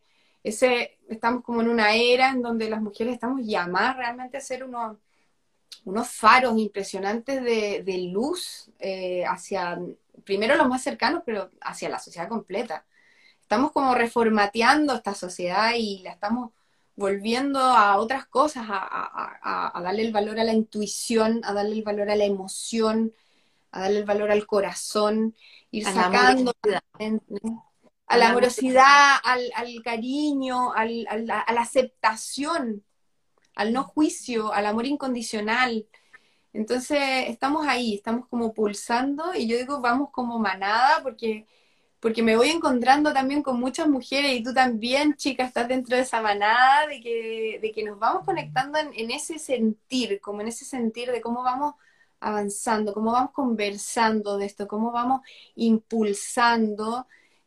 estamos como en una era en donde las mujeres estamos llamadas realmente a ser unos faros impresionantes de luz hacia, primero los más cercanos, pero hacia la sociedad completa. Estamos como reformateando esta sociedad y la estamos volviendo a otras cosas, a darle el valor a la intuición, a darle el valor a la emoción, a darle el valor al corazón, ir A la sacando amorosidad. a A la la amorosidad, al cariño, a la aceptación, al no juicio, al amor incondicional. Entonces estamos ahí, estamos como pulsando y yo digo vamos como manada porque me voy encontrando también con muchas mujeres y tú también, chica, estás dentro de esa manada de que nos vamos conectando en ese sentir, como en ese sentir de cómo vamos avanzando, cómo vamos conversando de esto, cómo vamos impulsando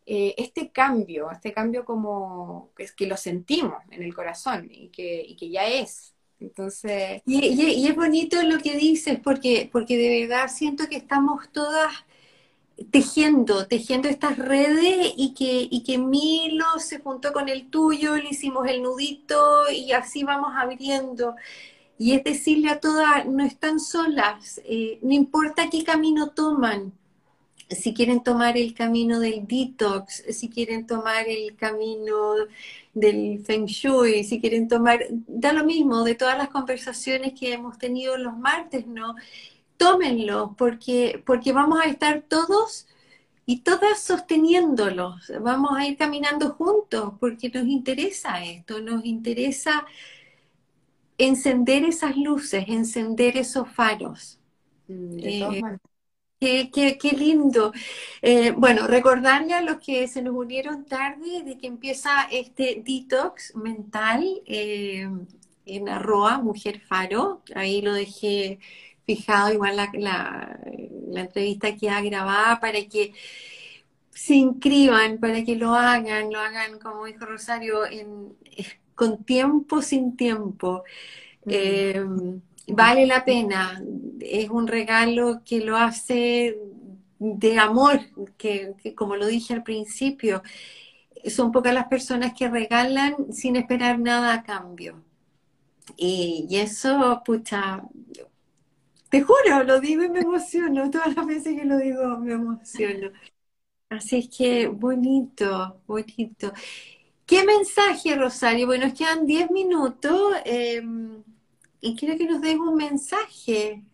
este cambio como que lo sentimos en el corazón y que ya es. Entonces, y es bonito lo que dices, porque de verdad siento que estamos todas tejiendo estas redes y que mi hilo se juntó con el tuyo, le hicimos el nudito y así vamos abriendo. Y es decirle a todas, no están solas, no importa qué camino toman, si quieren tomar el camino del detox, si quieren tomar el camino del feng shui, si quieren tomar, da lo mismo de todas las conversaciones que hemos tenido los martes, ¿no? Tómenlo, porque vamos a estar todos y todas sosteniéndolos, vamos a ir caminando juntos, porque nos interesa esto, nos interesa encender esas luces, encender esos faros. de todas Eh, maneras. qué lindo. Bueno, recordarle a los que se nos unieron tarde de que empieza este detox mental en arroba Mujer Faro. Ahí lo dejé fijado, igual la entrevista queda grabada para que se inscriban, para que lo hagan como dijo Rosario, con tiempo, sin tiempo. Mm. Eh, vale la pena, es un regalo que lo hace de amor, que como lo dije al principio, son pocas las personas que regalan sin esperar nada a cambio. Y eso, pucha, te juro, lo digo y me emociono, todas las veces que lo digo me emociono. Así es que bonito, bonito. ¿Qué mensaje, Rosario? Bueno, nos quedan 10 minutos y quiero que nos des un mensaje.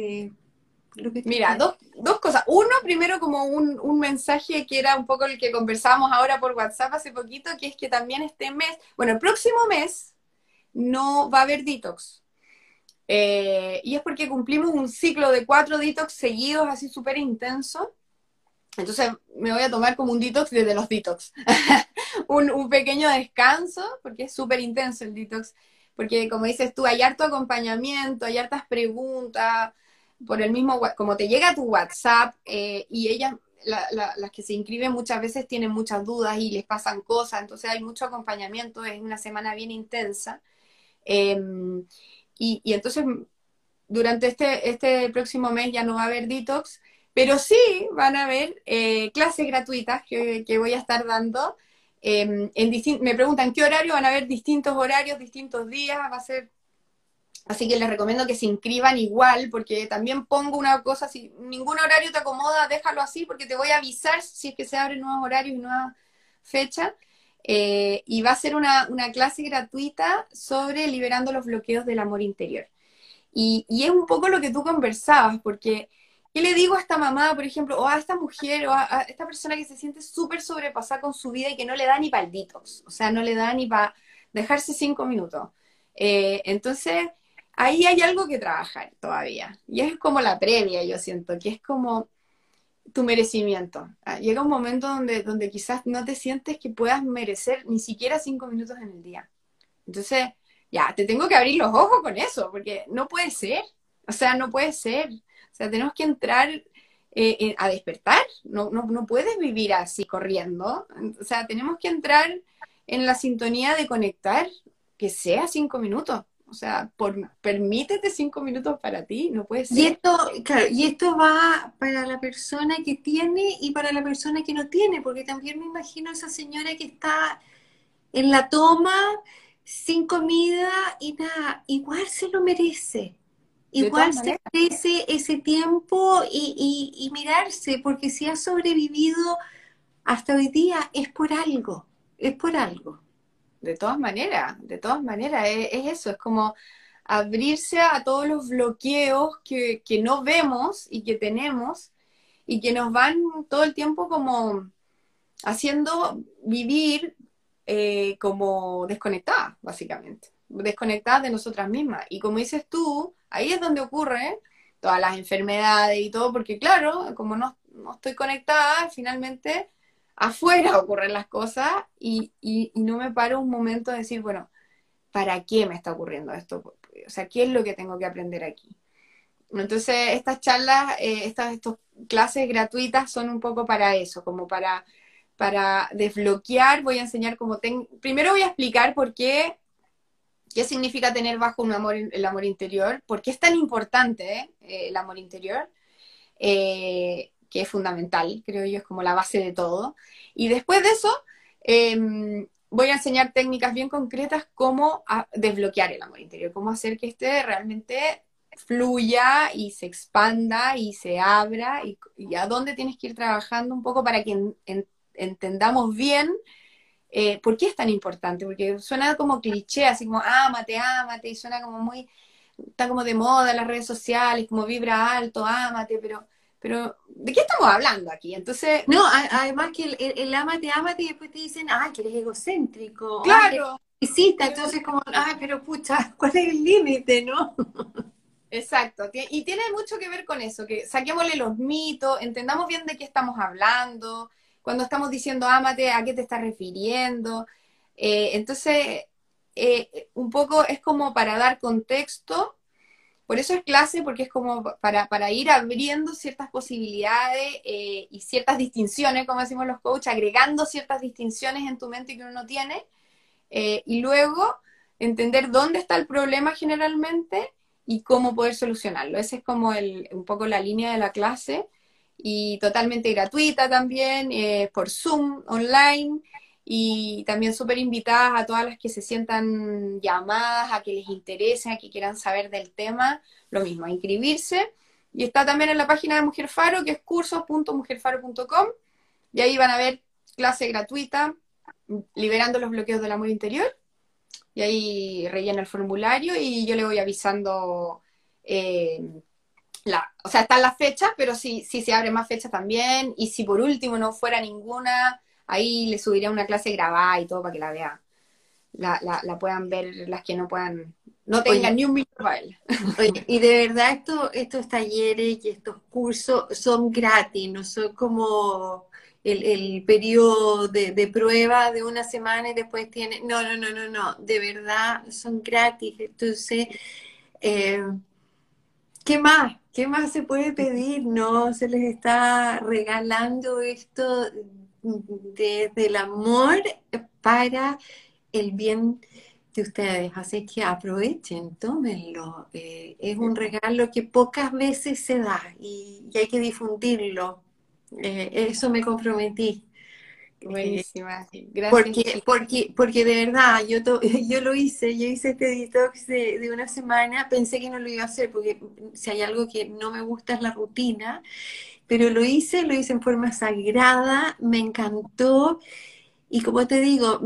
Lo que tú Mira, quieras. dos cosas. Uno, primero como un mensaje que era un poco el que conversábamos ahora por WhatsApp hace poquito, que es que también este mes, bueno, el próximo mes no va a haber detox. Y es porque cumplimos un ciclo de 4 detox seguidos, así súper intenso. Entonces me voy a tomar como un detox desde los detox. Un pequeño descanso, porque es súper intenso el detox. Porque como dices tú, hay harto acompañamiento, hay hartas preguntas, por el mismo, como te llega tu WhatsApp, y ellas, las que se inscriben muchas veces tienen muchas dudas y les pasan cosas, entonces hay mucho acompañamiento, es una semana bien intensa. Eh, y entonces durante este próximo mes ya no va a haber detox, pero sí van a haber clases gratuitas que voy a estar dando. Me preguntan qué horario, van a haber distintos horarios, distintos días, va a ser. Así que les recomiendo que se inscriban igual, porque también pongo una cosa, si ningún horario te acomoda, déjalo así, porque te voy a avisar si es que se abren nuevos horarios y nuevas fechas. Y va a ser una clase gratuita sobre liberando los bloqueos del amor interior. Y es un poco lo que tú conversabas, porque ¿Qué le digo a esta mamá, por ejemplo, o a esta mujer, o a esta persona que se siente súper sobrepasada con su vida y que no le da ni para el detox? O sea, no le da ni para dejarse 5 minutos. Entonces, ahí hay algo que trabajar todavía. Y es como la previa, yo siento, que es como tu merecimiento. Llega un momento donde quizás no te sientes que puedas merecer ni siquiera 5 minutos en el día. Entonces, ya, te tengo que abrir los ojos con eso, porque no puede ser. O sea, no puede ser. O sea, tenemos que entrar a despertar. No puedes vivir así corriendo. O sea, tenemos que entrar en la sintonía de conectar, que sea 5 minutos. O sea, permítete 5 minutos para ti, no puede Y ser. esto, claro, y esto va para la persona que tiene y para la persona que no tiene, porque también me imagino esa señora que está en la toma, sin comida y nada, igual se lo merece. De todas Igual se maneras. merece ese tiempo y mirarse, porque si ha sobrevivido hasta hoy día es por algo, es por algo. De todas maneras, es eso, es como abrirse a todos los bloqueos que no vemos y que tenemos y que nos van todo el tiempo como haciendo vivir como desconectadas, básicamente, desconectadas de nosotras mismas. Y como dices tú, ahí es donde ocurre todas las enfermedades y todo, porque claro, como no estoy conectada, finalmente afuera ocurren las cosas y no me paro un momento de decir, bueno, ¿para qué me está ocurriendo esto? O sea, ¿qué es lo que tengo que aprender aquí? Entonces, estas charlas, estas clases gratuitas son un poco para eso, como para desbloquear. Voy a enseñar primero voy a explicar qué significa tener bajo el amor interior, por qué es tan importante el amor interior, que es fundamental, creo yo, es como la base de todo. Y después de eso, voy a enseñar técnicas bien concretas cómo desbloquear el amor interior, cómo hacer que este realmente fluya y se expanda y se abra y a dónde tienes que ir trabajando un poco para que entendamos bien por qué es tan importante, porque suena como cliché, así como ámate, y suena como está como de moda en las redes sociales, como vibra alto, ámate, pero ¿de qué estamos hablando aquí? Entonces, No, además que el ámate y después te dicen, ay, que eres egocéntrico, ay, que eres claro, narcisista, que entonces como, ay, pero pucha, ¿cuál es el límite, no? exacto, y tiene mucho que ver con eso, que saquémosle los mitos, entendamos bien de qué estamos hablando, cuando estamos diciendo ámate, a qué te estás refiriendo. Entonces, un poco es como para dar contexto, por eso es clase, porque es como para ir abriendo ciertas posibilidades y ciertas distinciones, como decimos los coaches, agregando ciertas distinciones en tu mente que uno no tiene, y luego entender dónde está el problema generalmente y cómo poder solucionarlo. Esa es como un poco la línea de la clase y totalmente gratuita también, por Zoom, online, y también súper invitadas a todas las que se sientan llamadas, a que les interese, a que quieran saber del tema, lo mismo, a inscribirse. Y está también en la página de Mujer Faro, que es cursos.mujerfaro.com, y ahí van a ver clase gratuita, liberando los bloqueos del amor interior, y ahí rellena el formulario y yo le voy avisando, eh, o sea, están las fechas, pero si se abren más fechas también, y si por último no fuera ninguna, ahí le subiría una clase grabada y todo para que la vean, la puedan ver las que no puedan, no Oye, tengan ni un minuto para verla. oye, y de verdad estos talleres y estos cursos son gratis, no son como el periodo de prueba de una semana y después tiene, no, de verdad son gratis, entonces, eh, ¿qué más? ¿Qué más se puede pedir? No se les está regalando esto desde el amor para el bien de ustedes. Así que aprovechen, tómenlo. Es un regalo que pocas veces se da y hay que difundirlo. Eso me comprometí. Eh, Buenísima, gracias porque, Jessica. porque, porque de verdad, yo lo hice, yo hice este detox de una semana, pensé que no lo iba a hacer, porque si hay algo que no me gusta es la rutina, pero lo hice en forma sagrada, me encantó, y como te digo,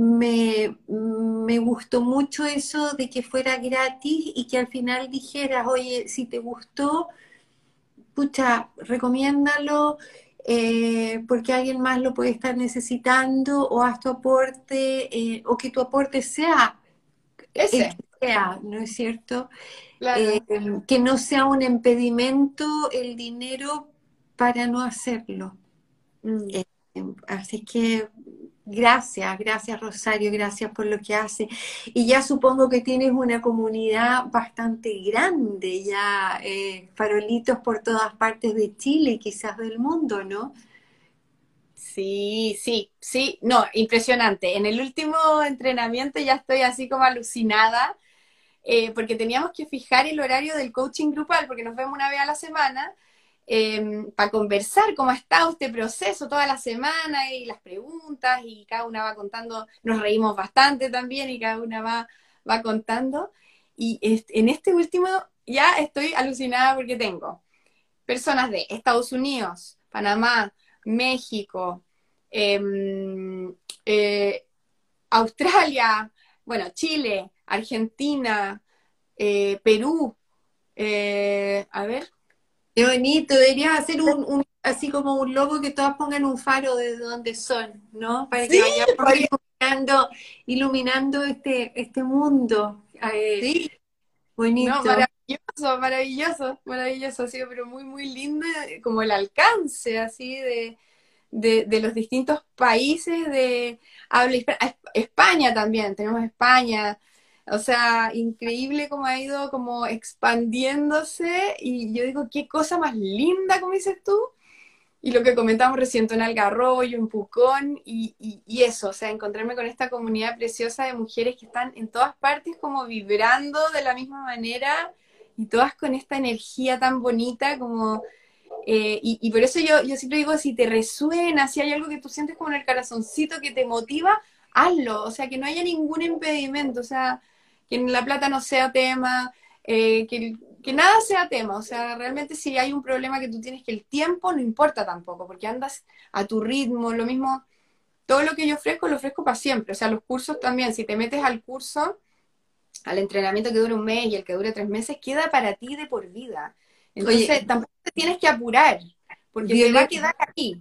me gustó mucho eso de que fuera gratis y que al final dijeras, oye, si te gustó, pucha, recomiéndalo porque alguien más lo puede estar necesitando o haz tu aporte o que tu aporte sea el que Ese, sea, ¿no es cierto? Eh, claro. que no sea un impedimento el dinero para no hacerlo. Mm. Eh, Así que gracias, gracias Rosario, gracias por lo que hace. Y ya supongo que tienes una comunidad bastante grande, ya farolitos por todas partes de Chile y quizás del mundo, ¿no? Sí, sí, sí, no, impresionante. En el último entrenamiento ya estoy así como alucinada, porque teníamos que fijar el horario del coaching grupal, porque nos vemos una vez a la semana, para conversar cómo ha estado este proceso toda la semana y las preguntas, y cada una va contando, nos reímos bastante también y cada una va contando. Y en este último ya estoy alucinada porque tengo personas de Estados Unidos, Panamá, México, em, eh, Australia, bueno, Chile, Argentina, Perú, a ver, Qué bonito, deberías hacer así como un logo que todas pongan un faro de donde son, ¿no? Para que sí, vayamos podría- iluminando este mundo. sí, no, Bonito. maravilloso, maravilloso, maravilloso, ha sido pero muy, muy lindo, como el alcance así de los distintos países de habla hispana. España también, tenemos España, o sea, increíble cómo ha ido como expandiéndose y yo digo, qué cosa más linda, como dices tú, y lo que comentamos recién en Algarrobo, yo en Pucón, y eso, o sea, encontrarme con esta comunidad preciosa de mujeres que están en todas partes como vibrando de la misma manera y todas con esta energía tan bonita como y por eso yo siempre digo, si te resuena, si hay algo que tú sientes como en el corazoncito que te motiva, hazlo, o sea, que no haya ningún impedimento, o sea, que la plata no sea tema, que nada sea tema, o sea, realmente si hay un problema que tú tienes que el tiempo no importa tampoco, porque andas a tu ritmo, lo mismo, todo lo que yo ofrezco lo ofrezco para siempre, o sea, los cursos también, si te metes al curso, al entrenamiento que dura un mes y el que dure 3 meses, queda para ti de por vida. Oye, Entonces, tampoco te tienes que apurar, porque te va a Violeta, quedar ahí.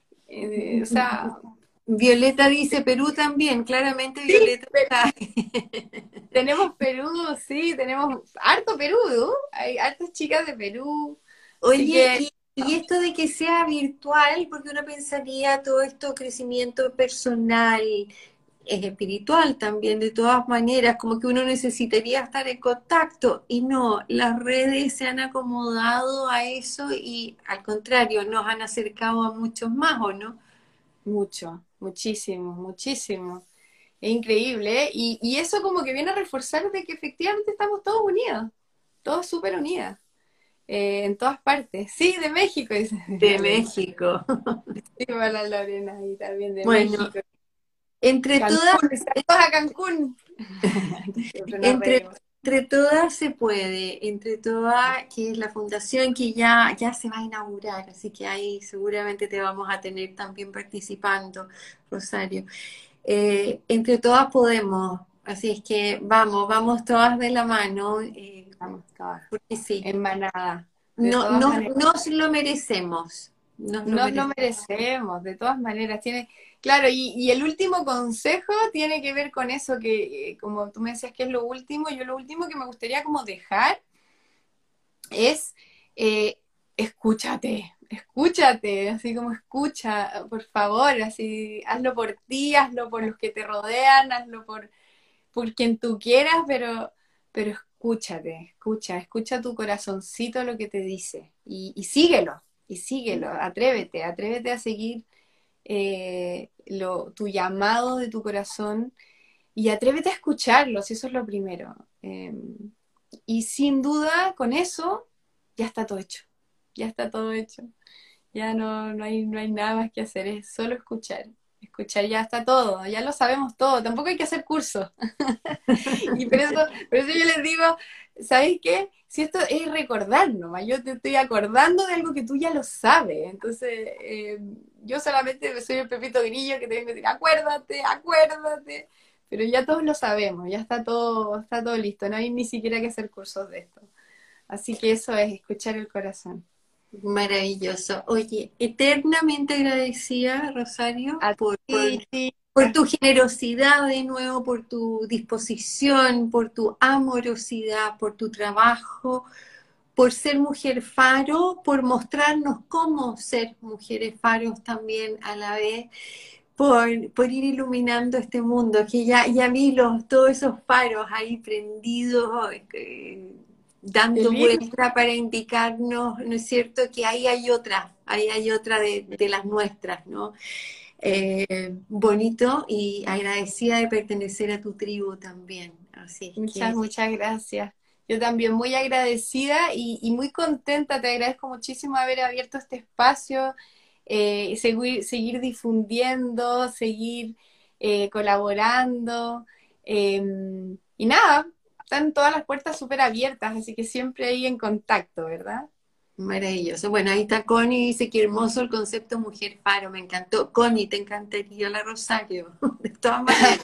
O sea, Violeta dice Perú también, claramente sí, Violeta está. tenemos Perú, sí, tenemos harto Perú, ¿no? Hay hartas chicas de Perú, así Oye, que y esto de que sea virtual, porque uno pensaría todo esto crecimiento personal, es espiritual también, de todas maneras, como que uno necesitaría estar en contacto y no, las redes se han acomodado a eso y al contrario, nos han acercado a muchos más, ¿o no? mucho, muchísimo, muchísimo. Es increíble, ¿eh? Y eso como que viene a reforzar de que efectivamente estamos todos unidos, todos súper unidas, en todas partes. Sí, de México, dice De la Lorena. México. Sí, para la Lorena y también de Bueno, México. entre todas, Cancún, saludos a Cancún. Siempre nos entre, reímos. entre todas se puede, entre todas, que es la fundación que ya se va a inaugurar, así que ahí seguramente te vamos a tener también participando, Rosario. Entre todas podemos, así es que vamos todas de la mano, Vamos todas porque sí, en manada, de no, todas maneras. nos lo merecemos, nos lo Nos lo merecemos. merecemos, de todas maneras. Claro, y el último consejo tiene que ver con eso que, como tú me decías que es lo último, yo lo último que me gustaría como dejar es escúchate, escúchate, así como escucha, por favor, así hazlo por ti, hazlo por los que te rodean, hazlo por quien tú quieras, pero escúchate, escucha tu corazoncito lo que te dice y síguelo, atrévete, atrévete a seguir tu llamado de tu corazón y atrévete a escucharlo, si eso es lo primero. Y sin duda, con eso, ya está todo hecho, ya está todo hecho. Ya no hay nada más que hacer, es solo escuchar. Escuchar ya está todo, ya lo sabemos todo, tampoco hay que hacer cursos. Y por eso yo les digo, ¿sabes qué? Si esto es recordar nomás, yo te estoy acordando de algo que tú ya lo sabes. Entonces, yo solamente soy el Pepito Grillo que te vengo a decir, acuérdate, acuérdate. Pero ya todos lo sabemos, ya está todo listo, no hay ni siquiera que hacer cursos de esto. Así que eso es escuchar el corazón. Maravilloso. Oye, eternamente agradecida, Rosario, A ti, sí. por tu generosidad de nuevo, por tu disposición, por tu amorosidad, por tu trabajo, por ser mujer faro, por mostrarnos cómo ser mujeres faros también a la vez, por ir iluminando este mundo, que ya vi todos esos faros ahí prendidos, Qué dando lindo. vuelta para indicarnos, ¿no es cierto?, que ahí hay otra de las nuestras, ¿no? Bonito y agradecida de pertenecer a tu tribu también. Así es Muchas, que, muchas gracias. Yo también muy agradecida y muy contenta. Te agradezco muchísimo haber abierto este espacio, y seguir difundiendo, seguir colaborando. eh, y nada, están todas las puertas súper abiertas, así que siempre ahí en contacto, ¿verdad? maravilloso. Bueno, ahí está Connie, dice que hermoso el concepto mujer faro, me encantó. Connie, te encantaría la Rosario, de todas maneras.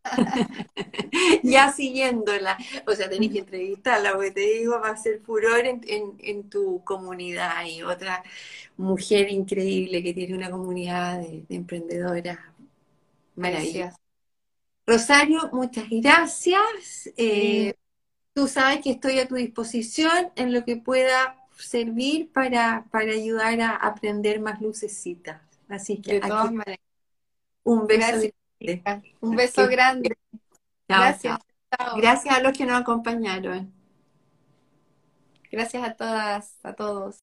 Ya siguiéndola, o sea, tenés que entrevistarla, porque te digo, va a ser furor en tu comunidad. Y otra mujer increíble que tiene una comunidad de emprendedoras maravillosa. Gracias. Rosario, muchas gracias. Sí, Tú sabes que estoy a tu disposición en lo que pueda servir para ayudar a aprender más lucecitas. Así que de aquí todas maneras. un beso Gracias, grande. chica. Un beso Que- grande. Chao, chao. Gracias. Chao. Gracias a los que nos acompañaron. Gracias a todas, a todos.